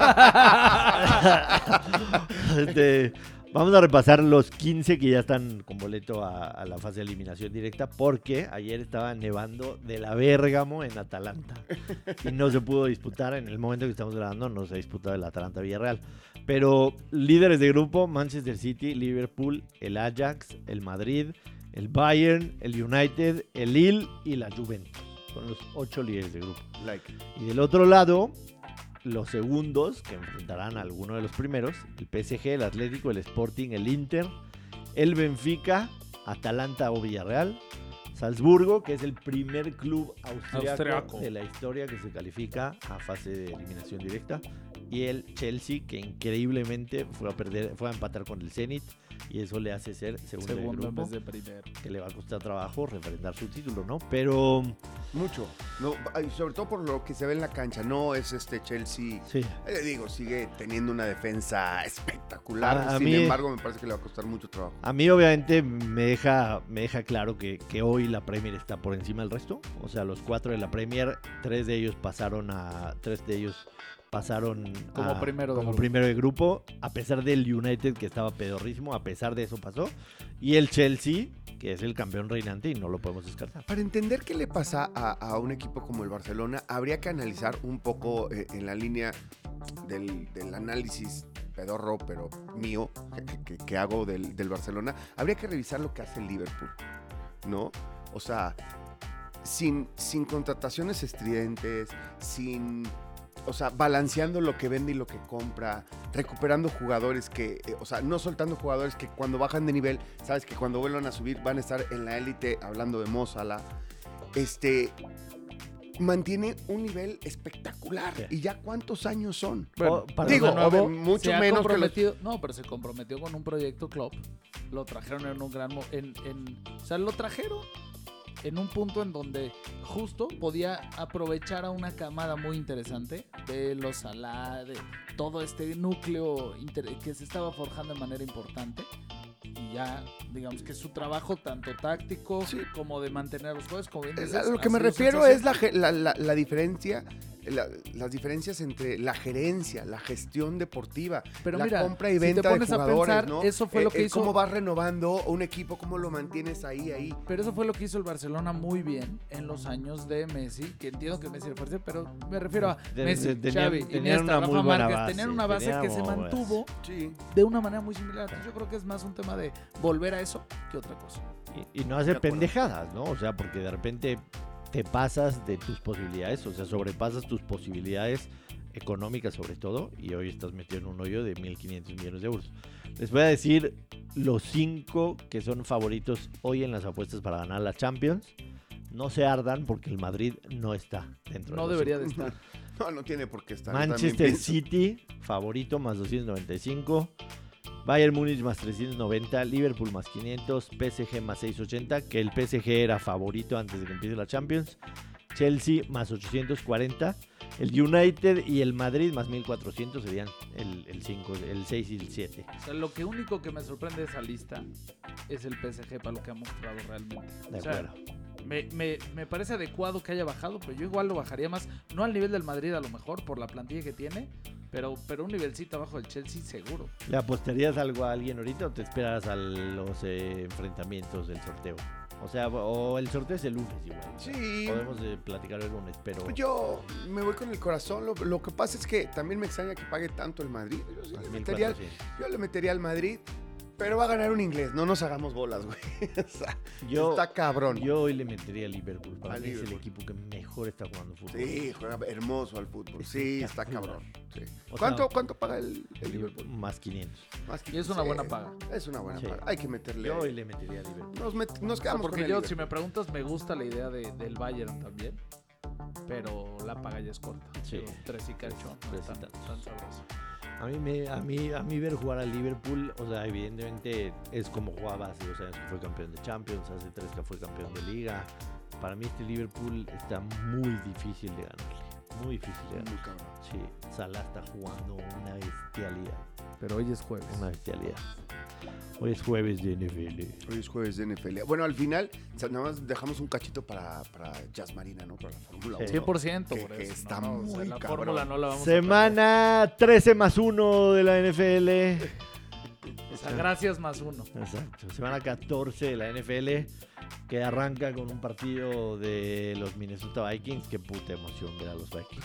Este, vamos a repasar los quince que ya están con boleto a, a la fase de eliminación directa, porque ayer estaba nevando de la Bérgamo en Atalanta y no se pudo disputar. En el momento que estamos grabando no se ha disputado el Atalanta-Villarreal. Pero líderes de grupo: Manchester City, Liverpool, el Ajax, el Madrid, el Bayern, el United, el Lille y la Juventus. Son los ocho líderes de grupo. Like. Y del otro lado, los segundos que enfrentarán a alguno de los primeros: el P S G, el Atlético, el Sporting, el Inter, el Benfica, Atalanta o Villarreal, Salzburgo, que es el primer club austriaco, Austriaco. de la historia que se califica a fase de eliminación directa, y el Chelsea, que increíblemente fue a perder, fue a empatar con el Zenit, y eso le hace ser segundo, Segundo del en grupo, vez de primero. que le va a costar trabajo refrendar su título, ¿no? Pero Mucho. No, ay, sobre todo por lo que se ve en la cancha. No es este Chelsea. sí, Eh, digo, sigue teniendo una defensa espectacular. A- a Sin mí- embargo, me parece que le va a costar mucho trabajo. a mí obviamente me deja, me deja claro que, que hoy la Premier está por encima del resto. O sea, los cuatro de la Premier, tres de ellos pasaron a, tres de ellos pasaron Como a- primero de como grupo. primero de grupo, a pesar del United, que estaba pedorrísimo, a pesar de eso pasó. Y el Chelsea, que es el campeón reinante y no lo podemos descartar. Para entender qué le pasa a, a un equipo como el Barcelona, habría que analizar un poco eh, en la línea del, del análisis pedorro, pero mío, que, que- que hago del, del Barcelona. Habría que revisar lo que hace el Liverpool, ¿no? O sea, sin, sin contrataciones estridentes, sin... O sea, balanceando lo que vende y lo que compra, recuperando jugadores que, eh, o sea, no soltando jugadores que cuando bajan de nivel, sabes que cuando vuelvan a subir van a estar en la élite, hablando de Mo Salah. Este, mantiene un nivel espectacular. Sí. ¿Y ya cuántos años son? Bueno, para digo, de nuevo, obvio, mucho se ha menos que los- comprometido, no, pero se comprometió con un proyecto club. Lo trajeron en un gran, mo- en, en, o sea, lo trajeron en un punto en donde justo podía aprovechar a una camada muy interesante de los Salah, de todo este núcleo inter- que se estaba forjando de manera importante. Y ya, digamos que su trabajo tanto táctico Sí. como de mantener los juegos, como bien A dices, lo que ha me sido refiero es la, sensacional. ge- la, la- la diferencia, la- las diferencias entre la gerencia, la gestión deportiva, Pero la mira, compra y si te venta de pones a jugadores, pensar, ¿no? eso fue Eh, lo que eh, hizo- Cómo vas renovando un equipo, cómo lo mantienes ahí, ahí. Pero eso fue lo que hizo el Barcelona muy bien en los años de Messi, que entiendo que Messi era fuerte, pero me refiero a De- Messi, de- tenían- Xavi, tenían Iniesta, una muy Rafa buena Márquez, base, tenían una base tenían que se muy buena mantuvo Sí. de una manera muy similar. Entonces yo creo que es más un tema de volver a eso que otra cosa. Y, y no De hacer acuerdo. pendejadas, ¿no? O sea, porque de repente te pasas de tus posibilidades, o sea, sobrepasas tus posibilidades económicas sobre todo, y hoy estás metido en un hoyo de mil quinientos millones de euros. Les voy a decir los cinco que son favoritos hoy en las apuestas para ganar la Champions. No se ardan porque el Madrid no está dentro No de los debería de estar. No, no tiene por qué estar. yo también Manchester pienso. City, favorito, más doscientos noventa y cinco. Bayern Múnich más trescientos noventa, Liverpool más quinientos, P S G más seiscientos ochenta, que el P S G era favorito antes de que empiece la Champions. Chelsea más ochocientos cuarenta, el United y el Madrid más mil cuatrocientos serían el, el, cinco, el seis y el siete. O sea, lo que único que me sorprende de esa lista es el P S G para lo que ha mostrado realmente. De O sea, acuerdo. me, me, me parece adecuado que haya bajado, pero yo igual lo bajaría más, no al nivel del Madrid a lo mejor, por la plantilla que tiene, pero, pero un nivelcito abajo del Chelsea seguro. ¿Le apostarías algo a alguien ahorita o te esperas a los eh, enfrentamientos del sorteo? O sea, o el sorteo es el lunes igual. o sea, Sí. Podemos eh, platicar el lunes, pero... Yo me voy con el corazón. Lo, lo que pasa es que también me extraña que pague tanto el Madrid. Yo, sí más le mil metería, cuatrocientos. yo le metería al Madrid, pero va a ganar un inglés. No nos hagamos bolas, güey. O sea, Yo, está cabrón. yo hoy le metería a Liverpool. Para A mí es el Liverpool. equipo que mejor está jugando fútbol. Sí, juega hermoso al fútbol. Sí, está cabrón. Sí. O ¿Cuánto, sea, ¿Cuánto paga el, el Liverpool? Más quinientos. Más que- Y es una sí, buena paga. Es una buena Sí. paga. Hay que meterle. Yo hoy le metería a Liverpool. Nos, met- nos O sea, quedamos porque con yo, el si me Liverpool. preguntas, me gusta la idea de- del Bayern también, pero la paga ya es corta. Sí. Digo, tres y cacho, no Tres y es tan, tantos. tan sabroso. A mí, me, a, mí, a mí ver jugar al Liverpool, o sea, evidentemente es como jugaba hace dos años que fue campeón de Champions, hace tres que fue campeón de Liga. Para mí este Liverpool está muy difícil de ganarle, muy difícil de ganarle. Muy cabrón. Sí, Salah está jugando una bestialidad, Pero hoy es jueves. una bestialidad. Hoy es jueves de N F L. Hoy es jueves de N F L. Bueno, al final, o sea, nada más dejamos un cachito para, para Jazz Marina, ¿no? Para la Fórmula Sí. uno. cien por ciento Que- por que eso. está no, no, o sea, muy la cabrón. fórmula no la vamos Semana trece más uno de la N F L. a perder. O sea, gracias más uno. Exacto, semana catorce de la N F L, que arranca con un partido de los Minnesota Vikings. Qué puta emoción ver a los Vikings.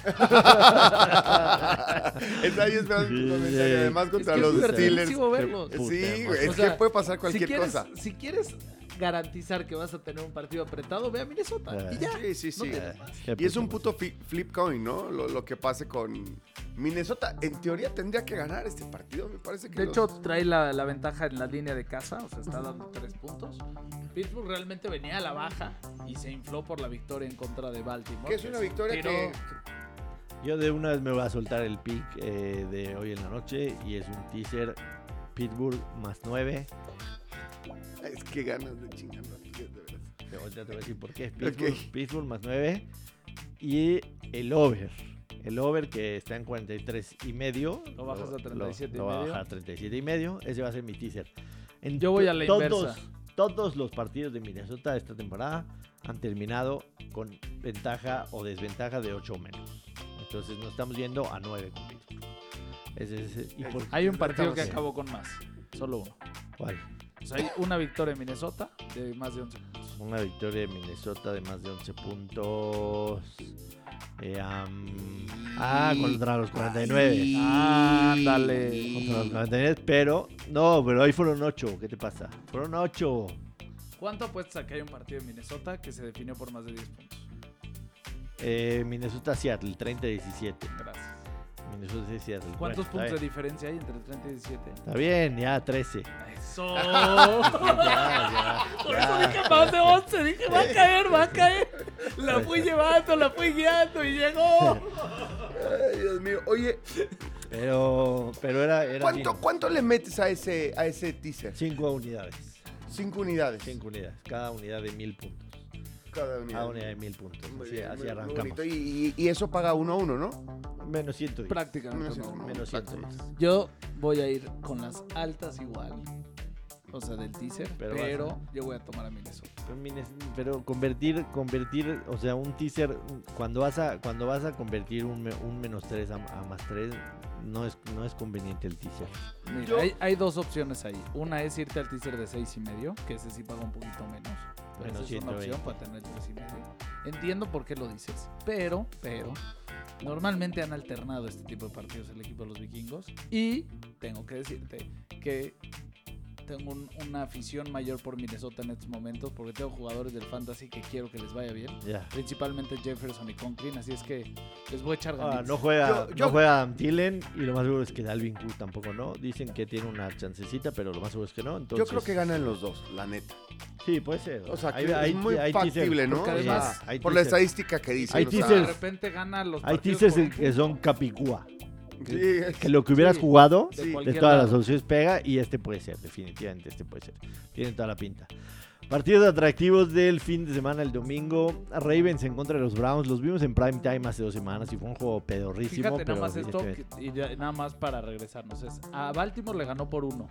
Está yo esperando Sí, tu comentario. sí. Además, contra Es que los es Steelers. divertidísimo verlos. Puta Sí, emoción. güey, es O sea, que puede pasar cualquier si quieres, cosa. Si quieres garantizar que vas a tener un partido apretado, ve a Minnesota. Ah. Y ya. Sí, sí, sí. No te- Eh, qué Y es puta un puto emoción. fi- flip coin, ¿no? Lo, lo que pase con Minnesota. En teoría tendría que ganar este partido, me parece que De los- hecho, trae la, la ventaja en la línea de casa, o sea, está dando tres puntos. Pittsburgh realmente venía a la baja y se infló por la victoria en contra de Baltimore. que es una victoria tiró- que... Yo de una vez me voy a soltar el pick eh, de hoy en la noche y es un teaser Pittsburgh más nueve. Es que ganas de chingar las tías, de verdad. Te voy, te voy a decir por qué. Pittsburgh, Ok. Pittsburgh más nueve y el over. El over que está en cuarenta y tres y medio. Lo bajas a treinta y siete y lo, lo voy a medio. bajar a treinta y siete y medio. Ese va a ser mi teaser. En Yo voy a la todos, inversa. Todos los partidos de Minnesota esta temporada han terminado con ventaja o desventaja de ocho o menos. Entonces nos estamos yendo a nueve con Pittsburgh. Ese es- ¿y por Hay un partido que Sí. acabó con más, solo uno. cuál? O sea, hay una victoria en Minnesota de más de once puntos. Una victoria de Minnesota de más de once puntos. Eh, am, ah, contra los cuarenta y nueve. Ay. Ándale. Contra los cuarenta y nueve, pero no, pero ahí fueron ocho. ¿Qué te pasa? Fueron ocho. ¿Cuánto apuestas a que hay un partido en Minnesota que se definió por más de diez puntos? Eh, Minnesota Seattle, treinta a diecisiete. Gracias. Minnesota Seattle. ¿Cuántos Bueno, puntos de está bien. diferencia hay entre treinta y diecisiete? Está bien, ya trece. ¡Eso! Ya, ya, Por ya. eso dije más de once. Dije, va a caer, va a caer. La fui llevando, la fui guiando y llegó. Ay, Dios mío. Oye, Pero, pero era, era ¿cuánto, cinco, ¿cuánto le metes a ese, a ese teaser? cinco unidades. Cinco unidades. Cinco unidades. Cada unidad de mil puntos. Cada unidad. Cada unidad de mil puntos. Muy Así, bien, así muy- muy arrancamos. bonito. Y, y- y eso paga uno a uno, ¿no? Menos ciento diez. Prácticamente. Menos no. Menos ciento diez. Yo voy a ir con las altas igual. O sea, del teaser. Pero Pero, vas yo voy a tomar a Minnesota. Pero, Mines- pero convertir, convertir, o sea, un teaser, cuando vas a, cuando vas a convertir un, me- un menos tres a, a más tres, no es, no es conveniente el teaser. Mira, Yo- hay, hay dos opciones ahí. Una es irte al teaser de seis y medio, que ese sí paga un poquito menos. Pero Menos esa es una ciento veinte. opción para tener tres y medio. Entiendo por qué lo dices. Pero, pero, normalmente han alternado este tipo de partidos el equipo de los vikingos. Y tengo que decirte que tengo un- una afición mayor por Minnesota en estos momentos, porque tengo jugadores del fantasy que quiero que les vaya bien. Ya. Principalmente Jefferson y Conklin, así es que les voy a echar Ah, ganas. no juega, Yo- yo- no juega Adam Thielen y lo más seguro es que Dalvin Cook tampoco no. Dicen que tiene una chancecita, pero lo más seguro es que no. Entonces, Yo creo que ganan los dos, la neta. Sí, puede ser. O sea, que Hay- hay- es muy hay teaser. factible, ¿no? Porque O sea, además, hay por la teaser. estadística que dice. Hay o sea, de teasers. repente gana los Hay partidos teasers por un que son capicúa. sí, Que lo que hubieras Sí. jugado de Sí. de cualquier todas lado. las soluciones pega y este puede ser, definitivamente este puede ser. Tiene toda la pinta. Partidos atractivos del fin de semana, el domingo. Ravens en contra de los Browns. Los vimos en prime time hace dos semanas y fue un juego pedorrísimo. Fíjate pero nada más esto evidentemente- que- y ya- nada más para regresarnos. Es, a Baltimore le ganó por uno.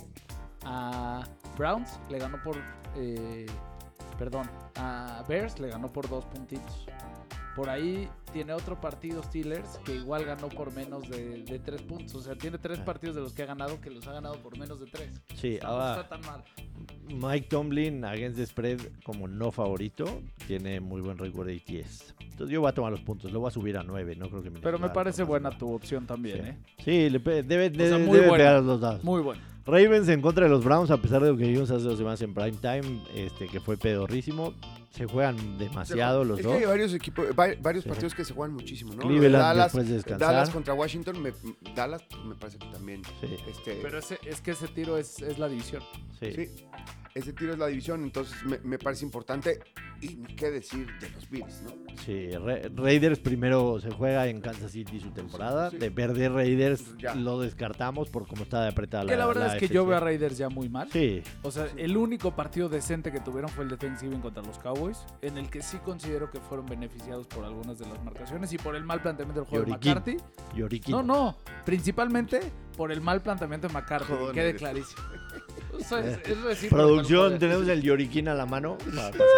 A Browns le ganó por... eh, perdón. A Bears le ganó por dos puntitos. Por ahí tiene otro partido Steelers que igual ganó por menos de, de tres puntos. O sea, tiene tres Ah. partidos de los que ha ganado que los ha ganado por menos de tres. Sí, O sea, ahora no está tan mal. Mike Tomlin against the spread como no favorito tiene muy buen récord de A T S. Entonces yo voy a tomar los puntos, lo voy a subir a nueve, no creo que Pero me Minnesota parece tomase buena más. tu opción también, Sí, ¿eh? Sí, le pe- debe, sea, debe- muy debe buena. pegar a los lados. Muy bueno. Ravens en contra de los Browns, a pesar de lo que vimos hace dos semanas en prime time, este, que fue pedorrísimo. Se juegan demasiado los es dos. que hay varios equipos, va- varios Sí. partidos que se juegan muchísimo, ¿no? Cleveland Dallas, después de descansar. Dallas contra Washington, me- Dallas pues, me parece que también. Sí, Este, Pero ese, es que ese tiro es, es la división. sí. sí, ese tiro es la división, entonces me, me parece importante. Y ni qué decir de los Bills, ¿no? Sí, Ra- Raiders primero se juega en Kansas City su temporada. Sí, sí. De perder Raiders Pues ya. lo descartamos por cómo está de apretada la Que la verdad es que A F C. yo veo a Raiders ya muy mal. Sí, O sea, el único partido decente que tuvieron fue el de Thanksgiving contra los Cowboys, en el que sí considero que fueron beneficiados por algunas de las marcaciones y por el mal planteamiento del juego de Lloriquín. McCarthy. Lloriquín. No, no, principalmente por el mal planteamiento de McCarthy, que Joder. quede clarísimo. Eso es, es recíproco, Producción, el tenemos el Lloriquín a la mano. Para pasar.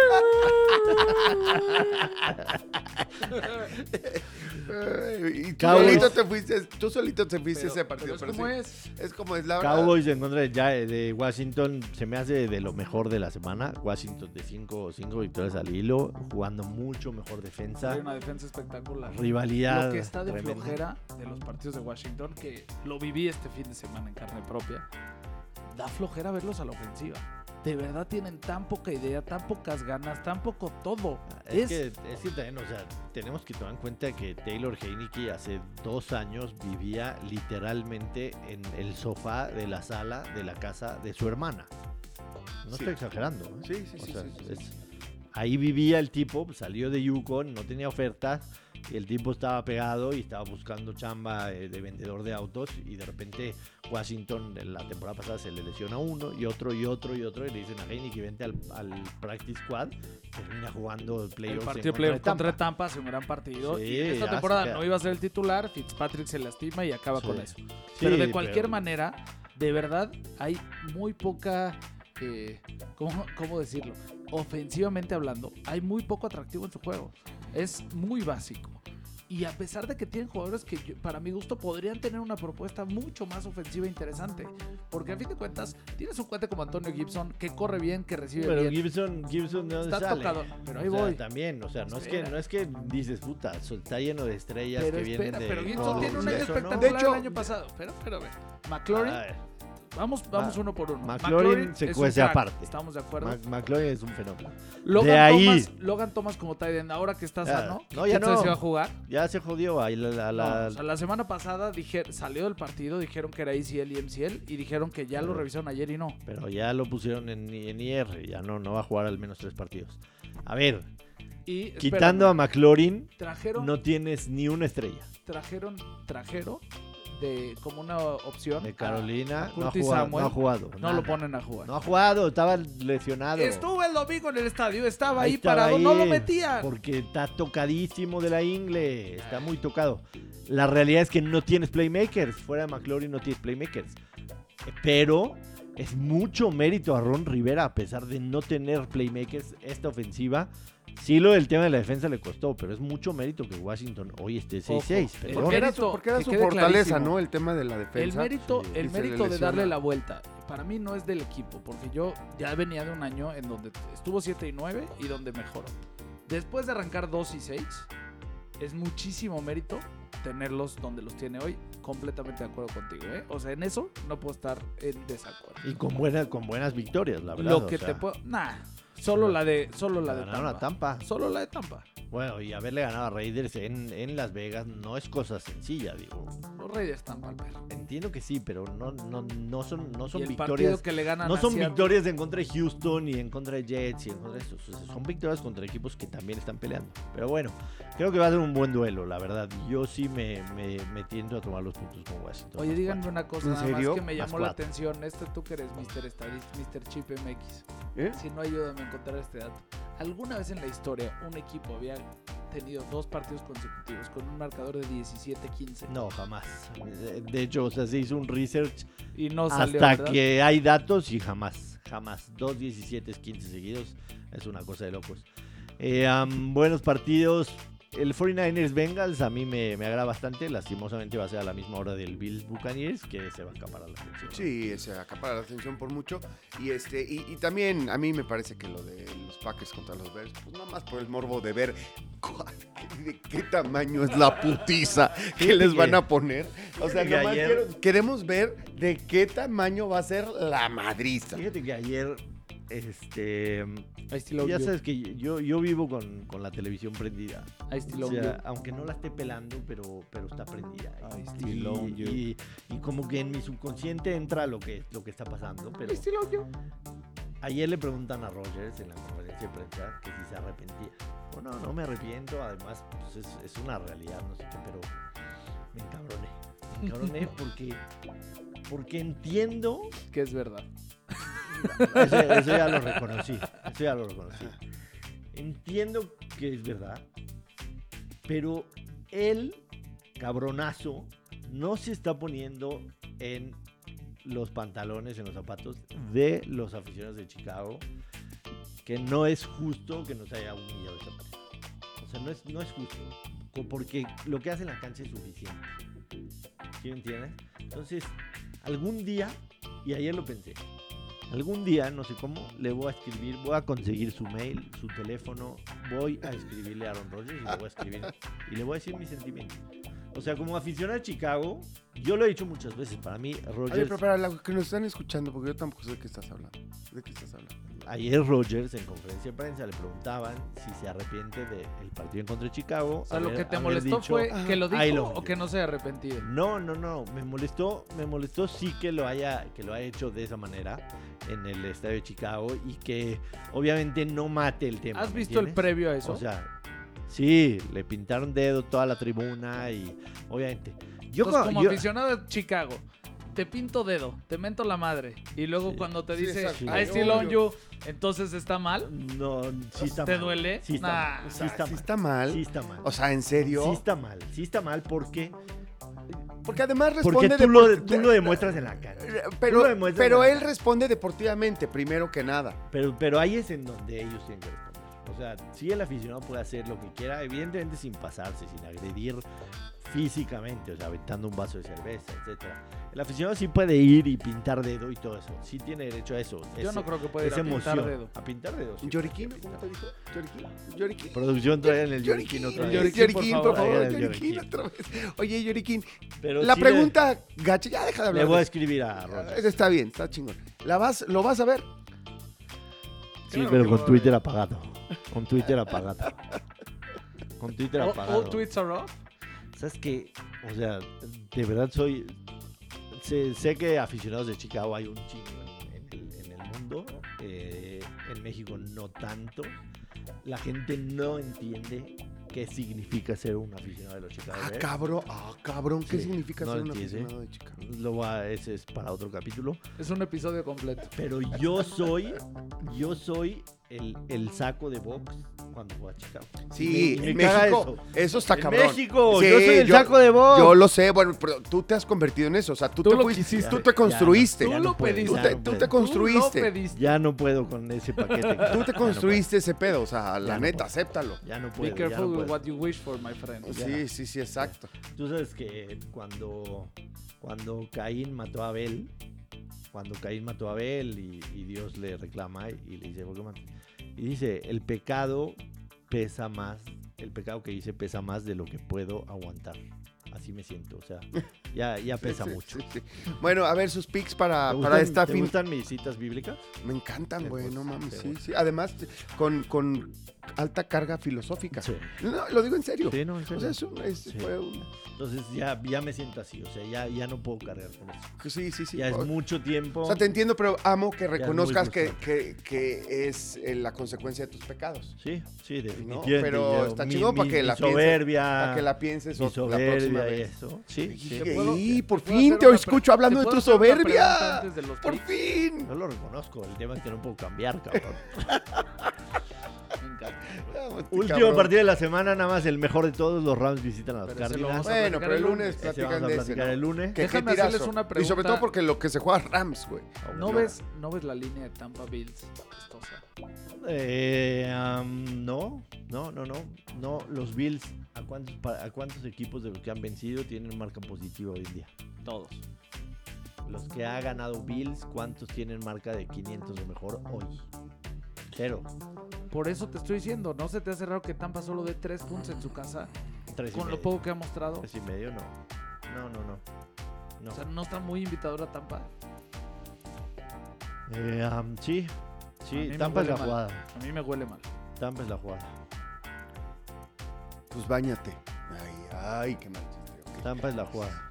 Ay, y tú Cowboys. solito te fuiste, tú solito te fuiste Pero- ese partido. pero es Pero como sí, es. es como es la verdad. Cowboys en contra de, ya- de Washington se me hace de lo mejor de la semana. Washington de cinco victorias al hilo, jugando mucho mejor defensa. Hay una defensa espectacular. Rivalidad Lo que está de tremenda. flojera de los partidos de Washington, que lo viví este fin de semana en carne propia, da flojera verlos a la ofensiva. De verdad tienen tan poca idea, tan pocas ganas, tan poco todo. Es, Es, que, es que también, o sea, tenemos que tomar en cuenta que Taylor Heineke hace dos años vivía literalmente en el sofá de la sala de la casa de su hermana. No Sí. estoy exagerando. ¿eh? Sí, sí, O sí, sea, sí, sí, es- sí. ahí vivía el tipo, salió de Yukon, no tenía ofertas, y el tipo estaba pegado y estaba buscando chamba eh, de vendedor de autos, y de repente Washington en la temporada pasada se le lesiona uno y otro y otro y otro, y le dicen a Heineke vente al, al practice squad, termina jugando el el playoffs partido en playoff contra contra de Tampa. Tampa hace un gran partido. Sí, y en esta ya temporada se queda. no iba a ser el titular, Fitzpatrick se lastima y acaba Sí. con eso. Sí, Pero de cualquier pero- manera, de verdad, hay muy poca. Eh, ¿cómo, ¿Cómo decirlo? Ofensivamente hablando, hay muy poco atractivo en su juego. Es muy básico. Y a pesar de que tienen jugadores que yo- para mi gusto podrían tener una propuesta mucho más ofensiva e interesante. Porque a fin de cuentas, tienes un cuate como Antonio Gibson que corre bien, que recibe Pero bien. Gibson, Gibson ¿de dónde Está sale? tocado, pero ahí O sea, voy. también, o sea, no es, que, Espera. no es que dices, puta, so- está lleno de estrellas Pero que espera, vienen de... pero Gibson No, tiene un de año eso no. espectacular De hecho- el año pasado. Pero, pero, ve. McLaurin, A ver, vamos, vamos Ma- uno por uno. McLaurin se es un cuece crack, aparte. Estamos de acuerdo. Mac- McLaurin es un fenómeno. Logan, de ahí- Thomas, Logan Thomas como tight end, ahora que está Ya, sano, no, ya ¿quién sabe no. si va a jugar? Ya se jodió ahí la... la- la- No, o sea, la semana pasada dije, salió del partido, dijeron que era A C L y M C L y dijeron que ya lo Pero- revisaron ayer y no. Pero ya lo pusieron en, en I R, ya no, no va a jugar al menos tres partidos. A ver, Y quitando a espérame, McLaurin, trajeron, no tienes ni una estrella. trajeron, trajeron de como una opción De a- Carolina a no ha, Curtis jugado, Samuel. no ha jugado. No nada. lo ponen a jugar. No ha jugado, estaba lesionado. Estuvo el domingo en el estadio, estaba ahí, estaba parado, ahí, no lo metían. Porque está tocadísimo de la ingle, está muy tocado. La realidad es que no tienes playmakers, fuera de McLaurin no tienes playmakers. Pero es mucho mérito a Ron Rivera, a pesar de no tener playmakers, esta ofensiva. Sí, lo del tema de la defensa le costó, pero es mucho mérito que Washington hoy esté seis seis. Ojo, Perdón. Porque era mérito, su, porque era que su quede fortaleza, clarísimo. ¿no? El tema de la El defensa. mérito, sí. el Y se le mérito de lesiona. darle la vuelta, para mí no es del equipo, porque yo ya venía de un año en donde estuvo siete y nueve y donde mejoró. Después de arrancar dos y seis, es muchísimo mérito tenerlos donde los tiene hoy. Completamente de acuerdo contigo, ¿eh? O sea, en eso no puedo estar en desacuerdo. Y con, buena, con buenas victorias, la verdad. Lo o que sea, te puedo... Nah, solo la de, solo la de ganaron a Tampa. Tampa. Solo la de Tampa. Bueno, y haberle ganado a Raiders en, en Las Vegas no es cosa sencilla, digo. Los Raiders Tampa, Albert. Entiendo que sí, pero no, no, no son, no son Y el victorias. partido que le ganan No a son Seattle- victorias en contra de Houston y en contra de Jets y en contra de estos. O sea, son victorias contra equipos que también están peleando. Pero bueno, creo que va a ser un buen duelo, la verdad. Yo sí me, me, me tiendo a tomar los puntos con Washington. Oye, Más díganme cuatro. una cosa ¿En nada serio? más que me Más llamó la cuatro. atención. Este tú que eres mister Estadista, mister Chip M X. ¿Eh? Si no, ayúdame a encontrar este dato. ¿Alguna vez en la historia un equipo había tenido dos partidos consecutivos con un marcador de diecisiete quince? No, jamás. De- De hecho, o sea, se hizo un research Y no salió, hasta ¿verdad? que hay datos y jamás, jamás. Dos diecisiete quince seguidos es una cosa de locos. Eh, am, buenos partidos. El cuarenta y nueve ers Bengals a mí me, me agrada bastante. Lastimosamente va a ser a la misma hora del Bills Buccaneers, que se va a escapar a la atención. Sí, se acapara la atención por mucho. Y este y, y también a mí me parece que lo de los Packers contra los Bears, pues nada más por el morbo de ver cuál- de qué tamaño es la putiza que les van a poner. O sea, Fíjate que nomás ayer- quiero- queremos ver de qué tamaño va a ser la madriza. Fíjate que ayer, este, I still love ya you. sabes que yo, yo vivo con, con la televisión prendida. I still O love sea, you. aunque no la esté pelando, pero, pero está prendida. I Y, still love you. y- y como que en mi subconsciente entra lo que, lo que está pasando. Pero I still love you. ayer le preguntan a Rodgers en la conferencia de prensa que si se arrepentía. Bueno, no, no me arrepiento, además pues, es, es una realidad, no sé qué, pero me encabroné. Me encabroné porque, porque entiendo... Que es verdad. Eso, eso ya lo reconocí, eso ya lo reconocí. Entiendo que es verdad, pero él, cabronazo, no se está poniendo en los pantalones, en los zapatos de los aficionados de Chicago, que no es justo que nos haya humillado de esa manera. O sea, no es, no es justo, porque lo que hace en la cancha es suficiente. ¿Sí me entiendes? Entonces, algún día, y ayer lo pensé, algún día, no sé cómo, le voy a escribir, voy a conseguir su mail, su teléfono, voy a escribirle a Aaron Rodgers y le voy a escribir y le voy a decir mis sentimientos. O sea, como aficionado a Chicago, yo lo he dicho muchas veces, para mí Rodgers... Oye, pero para los que nos están escuchando, porque yo tampoco sé de qué estás hablando. ¿De qué estás hablando? Ayer Rodgers en conferencia de prensa le preguntaban si se arrepiente del partido en contra de Chicago. O sea, haber, lo que te haber molestó dicho, fue que lo I dijo love o you. que no se haya arrepentido. No, no, no, me molestó, me molestó sí que lo haya, que lo haya hecho de esa manera en el estadio de Chicago y que obviamente no mate el tema. ¿Has ¿me visto el entiendes? previo a eso? O sea, sí, le pintaron dedo toda la tribuna y obviamente. Yo, Entonces, como yo- aficionado de Chicago, te pinto dedo, te mento la madre. Y luego Sí. cuando te Sí, dice, exacto. I still Obvio. own you, entonces está mal. no, sí está ¿Te mal. duele? Sí está Nah. mal. O Sí sea, está sí mal. está mal. Sí está mal. O sea, ¿en serio? Sí está mal. Sí está mal porque Porque además porque responde... tú lo, depor- tú lo demuestras en la cancha. Pero, tú lo demuestras pero en la él cancha. responde deportivamente, primero que nada. Pero, pero ahí es en donde ellos tienen que responder. O sea, sí el aficionado puede hacer lo que quiera, evidentemente sin pasarse, sin agredir físicamente, o sea, aventando un vaso de cerveza, etcétera. El aficionado sí puede ir y pintar dedo y todo eso. Sí tiene derecho a eso. Yo Es- no creo que pueda ir es a pintar emoción. dedo. A pintar dedo. sí. ¿Lloriquín? ¿Cómo te dijo? ¿Lloriquín? ¿Lloriquín? Producción trae en el Lloriquín otra vez. Lloriquín, Lloriquín, por por favor, favor. Lloriquín Lloriquín. otra vez. Oye, Lloriquín, Pero la sí le- pregunta gacha, ya deja de hablar. Le voy a de escribir a eso. Rodgers. Está bien, está chingón. ¿La vas, ¿Lo vas a ver? Sí, Claro pero que con lo Twitter voy a apagado. Con Twitter apagado. Con Twitter All, apagado. all tweets are off. ¿Sabes qué? O sea, de verdad soy... Sé, sé que aficionados de Chicago hay un chingo en, en el, en el mundo. Eh, en México no tanto. La gente no entiende qué significa ser un aficionado de los Chicago Ah, Bears. cabrón, ah, cabrón, ¿qué Sí, significa no ser un entiende. aficionado de Chicago? Lo va, ese es para otro capítulo. Es un episodio completo. Pero yo soy, yo soy el, el saco de box cuando voy a Chicago. Sí, Y me- y en me caga México, eso, eso. está En cabrón. México, Sí, yo soy el yo- saco de box. Yo lo sé, bueno, pero tú te has convertido en eso, o sea, tú, Tú te, lo fuiste, quisiste. tú te construiste, Tú Ya lo no puedo, pediste. tú, ya te, no tú te puedo. construiste. Tú lo pediste. Ya no puedo con ese paquete. Tú te Ya no construiste ese pedo, o sea, la no neta, puedo. acéptalo. Ya no Be puedo. ya careful no with puedo. what you wish for, my friend. Sí, sí, sí, exacto. Tú sabes que cuando, cuando Caín mató a Abel, cuando Caín mató a Abel y, y Dios le reclama y le dice, ¿por qué matas? Y dice, el pecado pesa más, el pecado que hice pesa más de lo que puedo aguantar. Así me siento, o sea, ya, ya pesa Sí, sí, mucho. sí, sí. Bueno, a ver sus picks para, ¿Te para gustan- esta ¿Te fin. gustan mis citas bíblicas? Me encantan, Sí, güey, pues, no mames, sí, sí, bueno. sí. Además, con, con alta carga filosófica. Sí. No, lo digo en serio. Sí, no, en O serio. sea, es un- es- Sí. fue un- Entonces ya, ya me siento así, o sea, ya, ya no puedo cargar con eso. Sí, sí, sí. Ya es O- mucho tiempo. O sea, te entiendo, pero amo que es muy reconozcas que, frustrante. que, que es eh, la consecuencia de tus pecados. Sí, sí, ¿No? definitivamente. Pero Yo- está mi- chingón para mi- que mi la pienses. soberbia, Para que la pienses mi o- la próxima soberbia y vez. eso. Sí, sí. ¿Te puedo- Y por te puedo fin hacer te una escucho pre- hablando ¿te de tu puedo hacer una pregunta soberbia. antes de los Por picks? fin. Yo lo reconozco, el tema es que no puedo cambiar, cabrón. Me encanta. Vamos, Último cabrón. partido de la semana, nada más el mejor de todos, los Rams visitan a los Pero ese lo Cardinals. vamos a Bueno, platicar pero el el lunes lunes. Ese vamos platican a de ese, platicar ¿no? el lunes. Que qué Déjame tirazo. hacerles una Y sobre pregunta. todo porque lo que se juega Rams, güey. ¿No ves, ¿No ves la línea de Tampa Bills apestosa? Eh, um, no, no, no, no, no. Los Bills, ¿a cuántos, pa- ¿a cuántos equipos de los que han vencido tienen marca positiva hoy en día? Todos. Los que ha ganado Bills, ¿cuántos tienen marca de quinientos o mejor hoy? Cero. Por eso te estoy diciendo, ¿no se te hace raro que Tampa solo dé tres puntos en su casa? Tres y Con lo medio. poco que ha mostrado. Tres y medio, no. No, no, no. No. O sea, ¿no está muy invitadora Tampa? Eh, um, sí, A sí, mí me Tampa es la huele mal. jugada. A mí me huele mal. Tampa es la jugada. Pues báñate. Ay, ay, qué mal chiste. ok. Tampa es la jugada.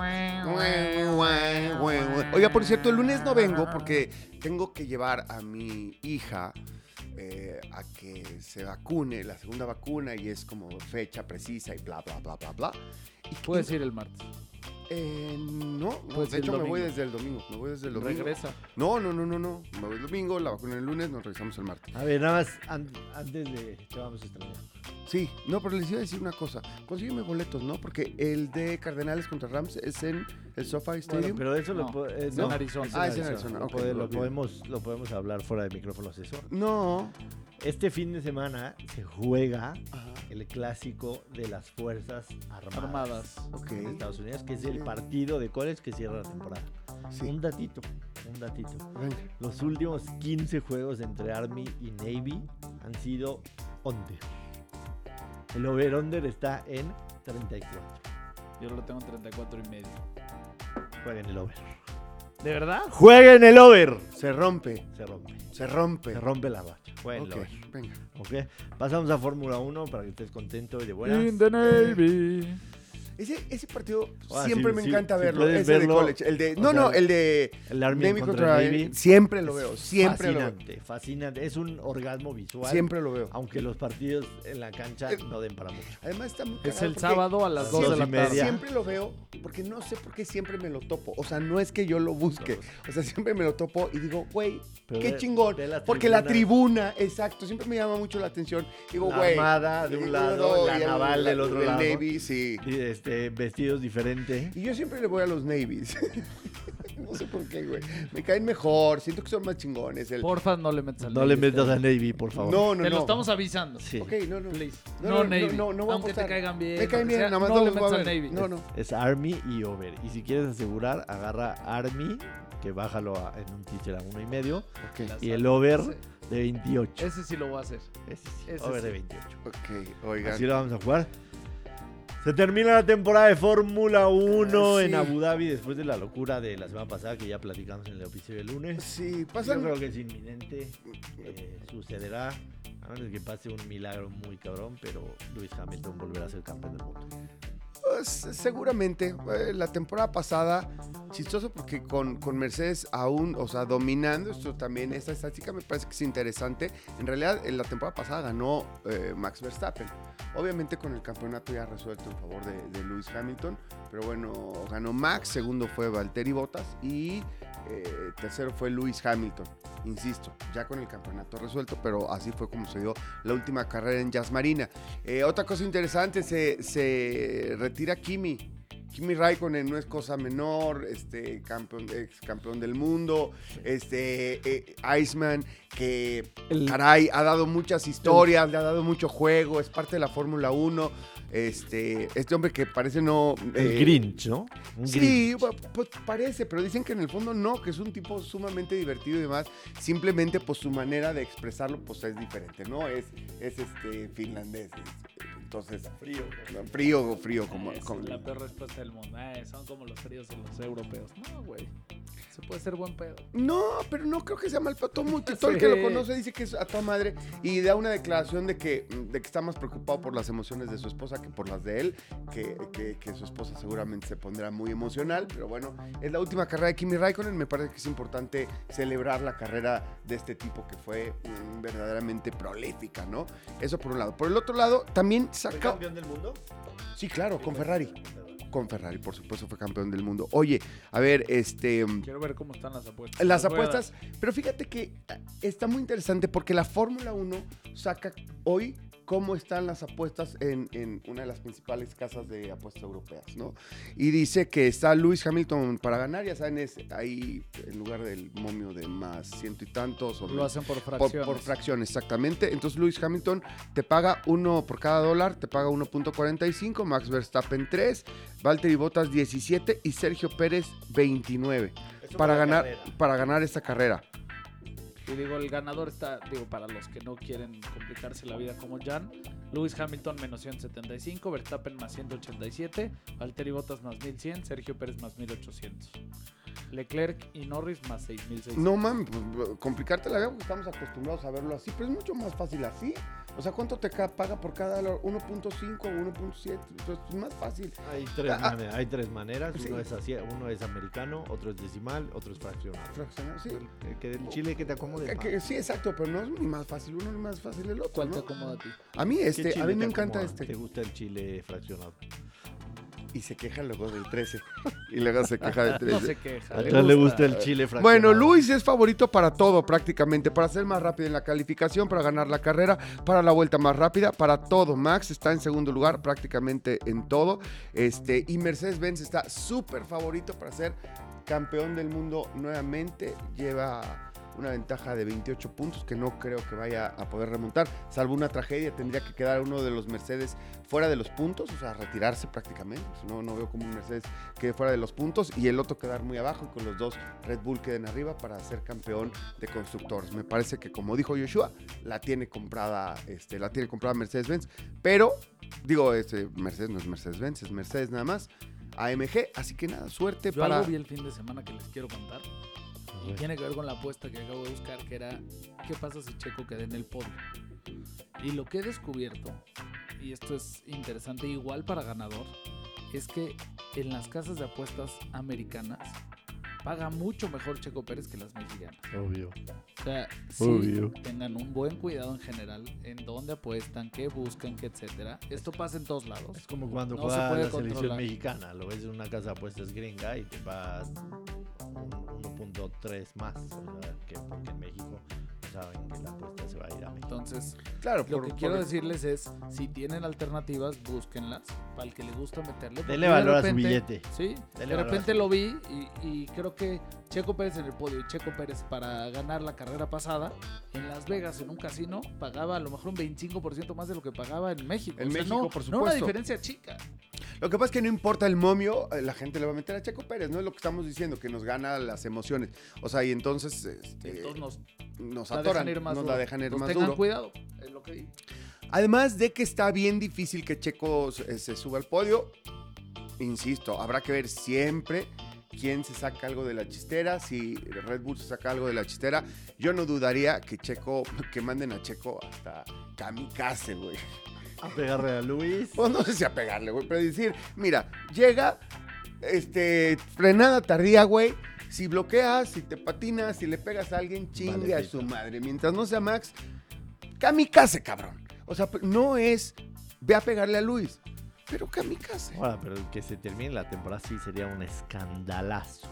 Oiga, por cierto, el lunes no vengo porque tengo que llevar a mi hija eh, a que se vacune, la segunda vacuna, y es como fecha precisa y bla, bla, bla, bla, bla. Y, Puedes ir el martes. Eh, no, no, Puedes de ir hecho el me voy domingo. desde el domingo. Me voy desde el domingo. Regresa. No, no, no, no, no. Me voy el domingo, la vacuna el lunes, nos regresamos el martes. A ver, nada más an- antes de te vamos a extrañar. Sí, no, pero les iba a decir una cosa. Consígueme boletos, ¿no? Porque el de Cardenales contra Rams es en el SoFi Stadium. Pero eso lo No, po- eh, es no, en Arizona. Ah, es en Arizona, Lo, ok, pode- lo lo olvido. podemos, lo podemos hablar fuera de micrófonos eso. No. Este fin de semana se juega Ajá. el clásico de las Fuerzas Armadas, Armadas. Ok. de Estados Unidos, que es el partido de college que cierra la temporada. Sí. Un datito, un datito. Venga. Los últimos quince juegos entre Army y Navy han sido under. El over-under está en treinta y cuatro. Yo lo tengo en treinta y cuatro y medio. Jueguen el over. ¿De verdad? ¡Jueguen el over! Se rompe, Se rompe. se rompe. Se rompe la racha. Jueguen Ok, el over. venga. ¿Ok? Pasamos a Fórmula uno para que estés contento y de buenas. In the Navy. Ese, ese partido Ah, siempre sí, me sí, encanta sí verlo. puedes Ese de verlo, college. El de, o no, sea, no, el de El Army Navy contra, contra Navy. Siempre lo es veo, siempre lo veo. fascinante, fascinante. Es un orgasmo visual. Siempre lo veo. Aunque los partidos en la cancha Eh, no den para mucho. Además está muy Es cagado el porque sábado a las Sí, dos de dos la y media. tarde. Siempre lo veo porque no sé por qué siempre me lo topo. O sea, no es que yo lo busque. O sea, siempre me lo topo y digo, güey, Pero qué ve- chingón. ve las Porque la tribunas, tribuna, exacto, siempre me llama mucho la atención. Digo, La güey. armada de un y lado, la el- naval del otro el lado. Navy, sí. y, este, vestidos diferentes. Y yo siempre le voy a los Navies. No sé por qué, güey. Me caen mejor, siento que son más chingones. El... Porfa, no le metas al No Navy le este metas a año. Navy, por favor. No, no, Te no. lo estamos avisando. Sí. Ok, no, no. Please. No, No, no, Navy. no, no, no voy a Aunque te apostar. caigan bien. Me caen lo que bien, sea, nada más no no le los voy a metas al ver. Navy. No, no. Es Army y over. Y si quieres asegurar, agarra Army, que bájalo a- en un teacher a uno y medio. Ok, La Y el sal- over ese- de veintiocho. Ese sí lo voy a hacer. Ese sí, ese over sí. de veintiocho. ok, oigan. Así lo vamos a jugar. Se termina la temporada de Fórmula uno Sí. en Abu Dhabi después de la locura de la semana pasada que ya platicamos en el episodio del lunes. Sí, Yo pasan. creo que es inminente, eh, sucederá, a menos que pase un milagro muy cabrón, pero Lewis Hamilton volverá a ser campeón del mundo. Pues, seguramente, eh, la temporada pasada, chistoso porque con, con Mercedes aún, o sea, dominando, esto también, esta estadística me parece que es interesante. En realidad, en la temporada pasada ganó eh, Max Verstappen. Obviamente con el campeonato ya resuelto en favor de, de Lewis Hamilton, pero bueno, ganó Max, segundo fue Valtteri Bottas y eh, tercero fue Lewis Hamilton. Insisto, ya con el campeonato resuelto, pero así fue como se dio la última carrera en Jazz Marina. Eh, otra cosa interesante, se, se retira Kimi. Kimi Raikkonen no es cosa menor, este campeón, ex campeón del mundo, este eh, Iceman, que El- caray, ha dado muchas historias, le ha dado mucho juego, es parte de la Fórmula uno. Este, este hombre que parece no... El eh, Grinch, ¿no? Un Sí, Grinch. bu- pues parece, pero dicen que en el fondo no, que es un tipo sumamente divertido y demás. Simplemente, pues su manera de expresarlo, pues es diferente, ¿no? Es, es este finlandés. es- entonces, frío. Frío, frío, como. Esa como- es la peor respuesta del mundo. Eh, son como los fríos de los europeos. No, güey. Se puede ser buen pedo. No, pero no creo que sea mal. Todo, mu- todo el que lo conoce dice que es a toda madre y da una declaración de que, de que está más preocupado por las emociones de su esposa que por las de él, que, que, que su esposa seguramente se pondrá muy emocional, pero bueno, es la última carrera de Kimi Raikkonen. Me parece que es importante celebrar la carrera de este tipo que fue mm, verdaderamente prolífica, ¿no? Eso por un lado. Por el otro lado, también ¿Fue saca... campeón del mundo? Sí, claro, con Ferrari. Con Ferrari, por supuesto, fue campeón del mundo. Oye, a ver, este... Quiero ver cómo están las apuestas. Las Les voy a dar. apuestas, pero fíjate que eh, está muy interesante porque la Fórmula uno saca hoy cómo están las apuestas en, en una de las principales casas de apuestas europeas, ¿no? Y dice que está Lewis Hamilton para ganar, ya saben, es ahí en lugar del momio de más ciento y tantos. O Lo de- hacen por por, fracciones. por fracción, exactamente. Entonces Lewis Hamilton te paga uno por cada dólar, te paga uno punto cuarenta y cinco, Max Verstappen tres, Valtteri Bottas diecisiete y Sergio Pérez veintinueve Eso para fue la ganar, carrera. para ganar esta carrera. Y digo, el ganador está, digo, para los que no quieren complicarse la vida como Jan, Lewis Hamilton menos ciento setenta y cinco, Verstappen más ciento ochenta y siete, Valtteri Bottas más mil cien, Sergio Pérez más mil ochocientos. Leclerc y Norris más seis mil seiscientos. No mames, pues, complicarte la vida porque estamos acostumbrados a verlo así, pero es mucho más fácil así. O sea, ¿cuánto te ca- paga por cada dólar? uno punto cinco o uno punto siete. Entonces, es más fácil. Hay tres, Ah, mane- hay tres maneras. sí. Uno, es así, uno es americano, otro es decimal, otro es fraccionado. Fraccionar, sí. El que del chile que te acomode Eh, más. que- sí, exacto, pero no es ni más fácil uno ni más fácil el otro, ¿Cuál te ¿no? acomoda a ti? A mí ¿Qué este, chile a mí te me encanta acomoda? este. ¿Te gusta el chile fraccionado? Y se queja luego del trece. Y luego se queja del trece. No se queja. ¿A le quién le gusta. gusta el chile fraccionado? Bueno, Luis es favorito para todo prácticamente, para ser más rápido en la calificación, para ganar la carrera, para la vuelta más rápida, para todo. Max está en segundo lugar prácticamente en todo. Este, y Mercedes-Benz está súper favorito para ser campeón del mundo nuevamente. Lleva una ventaja de veintiocho puntos que no creo que vaya a poder remontar, salvo una tragedia. Tendría que quedar uno de los Mercedes fuera de los puntos, o sea, retirarse prácticamente. No, no veo como un Mercedes quede fuera de los puntos y el otro quedar muy abajo y con los dos Red Bull queden arriba para ser campeón de constructores. Me parece que, como dijo Joshua, la tiene comprada, este, la tiene comprada Mercedes-Benz, pero digo, este, Mercedes no es Mercedes-Benz, es Mercedes nada más, A M G, así que nada, suerte Yo para... algo vi el fin de semana que les quiero contar. Y tiene que ver con la apuesta que acabo de buscar, que era ¿qué pasa si Checo queda en el podio? Y lo que he descubierto, y esto es interesante igual para ganador, es que en las casas de apuestas americanas paga mucho mejor Checo Pérez que las mexicanas. Obvio. O sea, sí, Obvio. tengan un buen cuidado en general en dónde apuestan, qué buscan, qué etcétera. Esto pasa en todos lados. Es como cuando No se juega puede la selección controlar. mexicana. Lo ves en una casa de apuestas gringa y te vas uno punto tres más. O sea, que porque en México saben que la apuesta se va a ir a México. Entonces, Claro, lo por- que quiero por- decirles es, si tienen alternativas, búsquenlas, para el que le gusta meterle. porque Dele de valor a su repente- billete. Sí, Dele de valor a repente su lo vi y, y creo que Checo Pérez en el podio y Checo Pérez para ganar la carrera pasada, en Las Vegas, en un casino, pagaba a lo mejor un veinticinco por ciento más de lo que pagaba en México. En O sea, México, no, por no una supuesto. diferencia chica. Lo que pasa es que no importa el momio, eh, la gente le va a meter a Checo Pérez, no es lo que estamos diciendo, que nos gana las emociones. O sea, y entonces, este, Entonces nos, nos la atoran, dejan ir más nos duro. la dejan ir Entonces más tengan duro. cuidado, es lo que digo. Además de que está bien difícil que Checo se, se suba al podio, insisto, habrá que ver siempre quién se saca algo de la chistera, si Red Bull se saca algo de la chistera. Yo no dudaría que Checo, que manden a Checo hasta kamikaze, güey. A pegarle a Luis. O no sé si a pegarle, güey, pero decir, mira, llega, este, frenada tardía, güey. Si bloqueas, si te patinas, si le pegas a alguien, chingue Vale, a pito. su madre. Mientras no sea Max, kamikaze, cabrón. O sea, no es, ve a pegarle a Luis, pero kamikaze. Ahora, pero que se termine la temporada sí sería un escandalazo.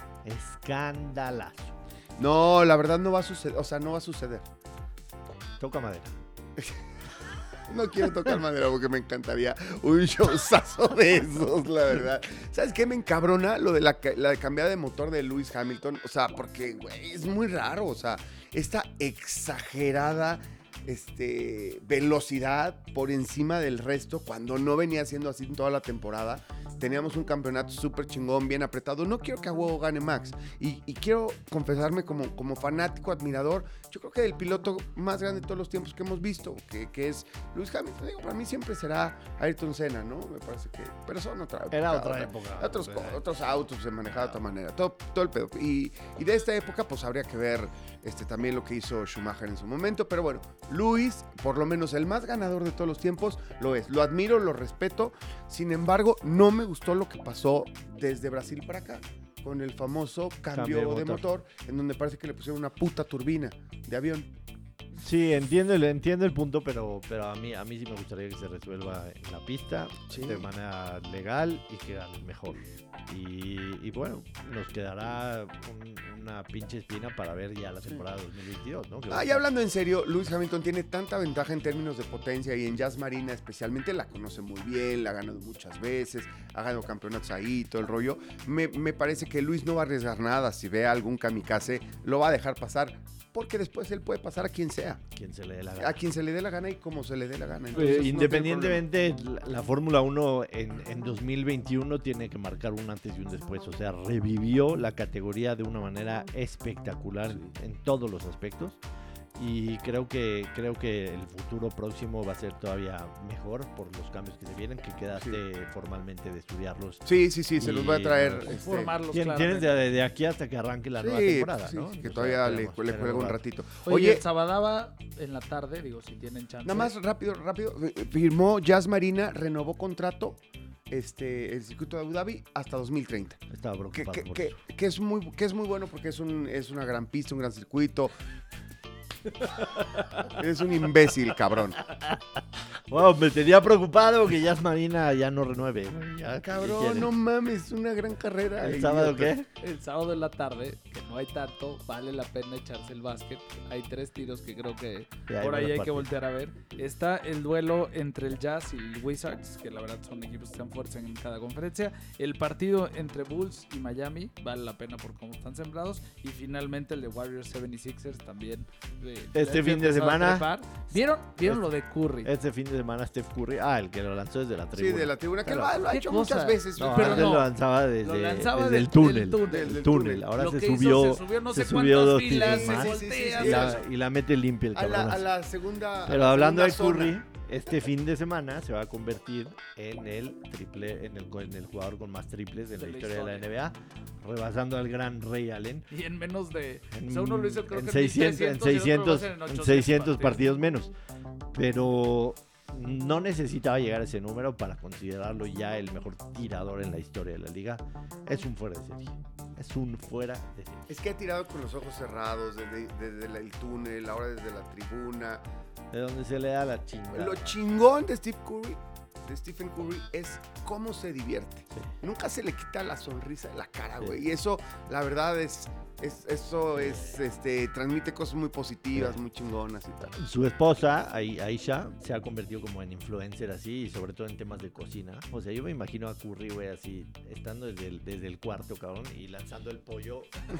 Escandalazo. No, la verdad no va a suceder, o sea, no va a suceder. Toca madera. No quiero tocar madera porque me encantaría un showzazo de esos, la verdad. ¿Sabes qué me encabrona? Lo de la, ca- la cambiada de motor de Lewis Hamilton. O sea, porque, güey, es muy raro. O sea, esta exagerada este, velocidad por encima del resto cuando no venía siendo así en toda la temporada. Teníamos un campeonato súper chingón, bien apretado. No quiero que a huevo gane Max. Y, y quiero confesarme como, como fanático, admirador. Yo creo que el piloto más grande de todos los tiempos que hemos visto, que, que es Lewis Hamilton. Digo, para mí siempre será Ayrton Senna, ¿no? Me parece que... Pero son otra época. Era otra época. Otros, Era- otros autos se manejaba de otra manera. Todo, todo el pedo. Y, y de esta época, pues habría que ver este, también lo que hizo Schumacher en su momento. Pero bueno, Lewis, por lo menos el más ganador de todos los tiempos, lo es. Lo admiro, lo respeto. Sin embargo, no me gustó lo que pasó desde Brasil para acá, con el famoso cambio, Cambio de de, motor. motor. en donde parece que le pusieron una puta turbina de avión. Sí, entiendo el, entiendo el punto, pero, pero a mí a mí sí me gustaría que se resuelva en la pista Sí. de manera legal y que gane el mejor. Y, y bueno, nos quedará un- una pinche espina para ver ya la temporada dos mil veintidós, ¿no? Que va a Ah, y estar- hablando en serio, Lewis Hamilton tiene tanta ventaja en términos de potencia y en Jazz Marina especialmente, la conoce muy bien, la ha ganado muchas veces, ha ganado campeonatos ahí, todo el rollo. Me, me parece que Luis no va a arriesgar nada. Si ve a algún kamikaze, lo va a dejar pasar, porque después él puede pasar a quien sea, quien se le dé la gana. a quien se le dé la gana y como se le dé la gana. Eh, Entonces, no tiene independientemente, la, la Fórmula uno en, en dos mil veintiuno tiene que marcar un antes y un después. O sea, revivió la categoría de una manera espectacular en, en todos los aspectos. y creo que creo que el futuro próximo va a ser todavía mejor por los cambios que se vienen, que quedaste sí. formalmente de estudiarlos. Sí, sí, sí, se los voy a traer. Bueno, este, formarlos, tienes claramente. de, de aquí hasta que arranque la sí, nueva temporada, sí, ¿no? sí, que O todavía sea, le, tenemos- le tenemos cuelga un rato. ratito. Oye, Oye, el Sabadaba en la tarde, digo, si tienen chance. nada más rápido, rápido. Firmó Jazz Marina, renovó contrato, este, el circuito de Abu Dhabi hasta dos mil treinta. Estaba Que, preocupado que, por que, eso. que es muy, que es muy bueno porque es, un, es una gran pista, un gran circuito. Es un imbécil, cabrón. Wow, me tenía preocupado que Jazz Marina ya no renueve. güey, ya, ¿qué Cabrón, quieres? no mames, una gran carrera. ¿El sábado idiota. qué? El sábado en la tarde, que no hay tanto, vale la pena echarse el básquet. Hay tres tiros que creo que Sí, hay por ahí buenos hay que partidos. voltear a ver. Está el duelo entre el Jazz y el Wizards, que la verdad son equipos que están fuertes en cada conferencia. El partido entre Bulls y Miami, vale la pena por cómo están sembrados. Y finalmente el de Warriors setenta y seis ers también. de- Este ya fin de empezó a semana- trepar. ¿Vieron? ¿Vieron Este- lo de Curry? Este fin de semana Steph Curry, ah, el que lo lanzó desde la Sí, tribuna. de la tribuna, que Pero- lo, ha- lo ha ¿Qué hecho cosa? muchas veces. No, pero antes no. lo lanzaba desde, Lo lanzaba desde del- el túnel. del túnel. Del Del túnel. túnel. Ahora Lo se que hizo, subió, se subió no se sé subió cuántas dos filas, pisos se más Sí, sí, sí, voltea, sí, y, se la, voltea. y la mete limpia el A la, cabrón. a así. la segunda. a Pero la hablando de segunda Curry, zona. este fin de semana se va a convertir en el triple, en el, en el jugador con más triples de la De la historia de la historia. N B A, rebasando al gran Ray Allen. Y en menos de. En, o sea, uno lo hizo creo en que seiscientos, en mil trescientos y el otro lo va a seiscientos, hacer en ochocientos seiscientos partidos menos. Pero no necesitaba llegar a ese número para considerarlo ya el mejor tirador en la historia de la liga. Es un fuera de serie. Es un fuera de serie. Es que ha tirado con los ojos cerrados desde, desde la- el túnel, ahora desde la tribuna. De donde se le da la chingada. Lo chingón de Steve Curry, de Stephen Curry, es cómo se divierte. Sí. Nunca se le quita la sonrisa de la cara, Sí. güey. Y eso, la verdad, es, es eso es, este, transmite cosas muy positivas, Sí. muy chingonas y tal. Su esposa, Ai- Aisha, se ha convertido como en influencer así, y sobre todo en temas de cocina. O sea, yo me imagino a Curry, güey, así, estando desde el, desde el cuarto, cabrón, y lanzando el pollo.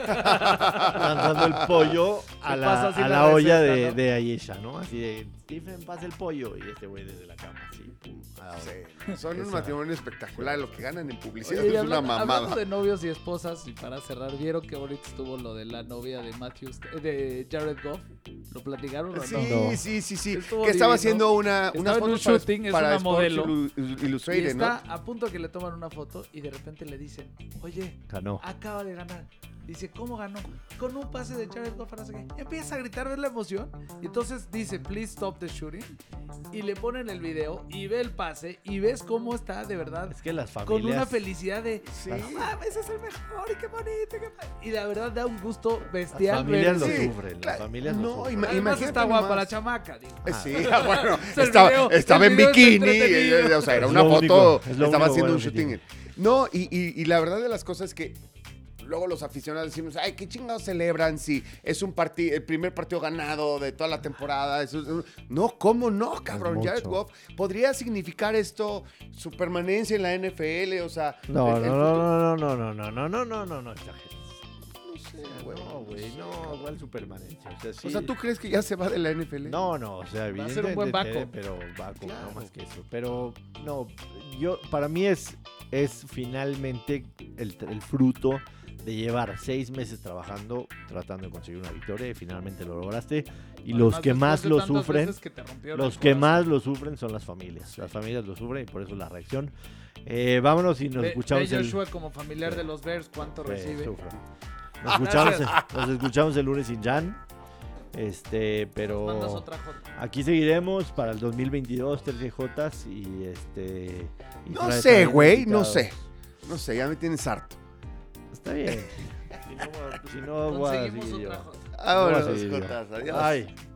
lanzando el pollo a Se la, pasa así a la la olla receta, de, ¿no? de Aisha, ¿no? Así de, Stephen, pasa el pollo. Y este güey desde la cama, así, pum, a la olla. Sí, son un Esa- matrimonio espectacular. Lo que ganan en publicidad Oye, y es una hablando, hablando mamada. de novios y esposas, y para cerrar, ¿vieron que ahorita estuvo lo de la novia de Matthews, de Jared Goff? ¿Lo platicaron o Sí, no? No. sí, sí, sí. Estuvo Que estaba divino. haciendo una, Estaba unas en un fotos para- shooting, es para una Sports modelo. Illu- Y Illustrated, está ¿no? a punto que le toman una foto y de repente le dicen, oye, Ganó. acaba de ganar. Dice, ¿cómo ganó? Con un pase de Jared Goff, no sé qué. Empieza a gritar, ¿ves la emoción? Y entonces dice, please stop the shooting. Y le ponen el video y ve el pase y ves cómo está de verdad Es que las con familias... una felicidad de, Sí. no mames, es el mejor y qué bonito. Qué pa-". Y la verdad da un gusto Las bestial. familias lo ver- Sí, sufren, las claro. familias No, lo sufren. ima- Además imagínate está guapa nomás. la chamaca, digo. Eh, Sí, ah, bueno, sea, el estaba, video- estaba el en video está bikini, entretenido. eh, o sea, era Es una lo foto, único, es lo estaba único haciendo un bueno que shooting. No, y, y, y la verdad de las cosas es que luego los aficionados decimos, ay, qué chingados celebran si es un partido, el primer partido ganado de toda la temporada. Eso es- no, ¿cómo no, cabrón? mucho. Jared Goff, ¿podría significar esto su permanencia en la N F L? O sea, No, el- el no, futuro- no, no, no, no, no, no, no, no, no, exageres. No sé, güey. No, güey, no, igual su permanencia. O sea, sí. O sea, ¿tú crees que ya se va de la N F L? No, no, o sea, Va a ser un buen evidentemente, Baco. pero Baco, Claro. no más que eso. Pero no, yo, para mí es, es finalmente el, el fruto de llevar seis meses trabajando, tratando de conseguir una victoria y finalmente lo lograste. Y Además, los que después más de lo tantas sufren, veces que te rompieron los el que corazón. más lo sufren son las familias. Las familias lo sufren y por eso la reacción. Eh, vámonos y nos Ve- escuchamos ve el... Joshua como familiar Sí. de los Bears, ¿cuánto Sí, recibe? sufre. Nos escuchamos, nos escuchamos el lunes sin Jan. Este, pero Mandas otra jota. aquí seguiremos para el dos mil veintidós, tres G Jotas y este. y No trae sé, también güey, no invitados. sé. No sé, ya me tienes harto. Está bien. Si no, si no voy a Conseguimos seguir otra yo. jota. No voy a Vámonos, seguir yo. Jotas, adiós. Ay.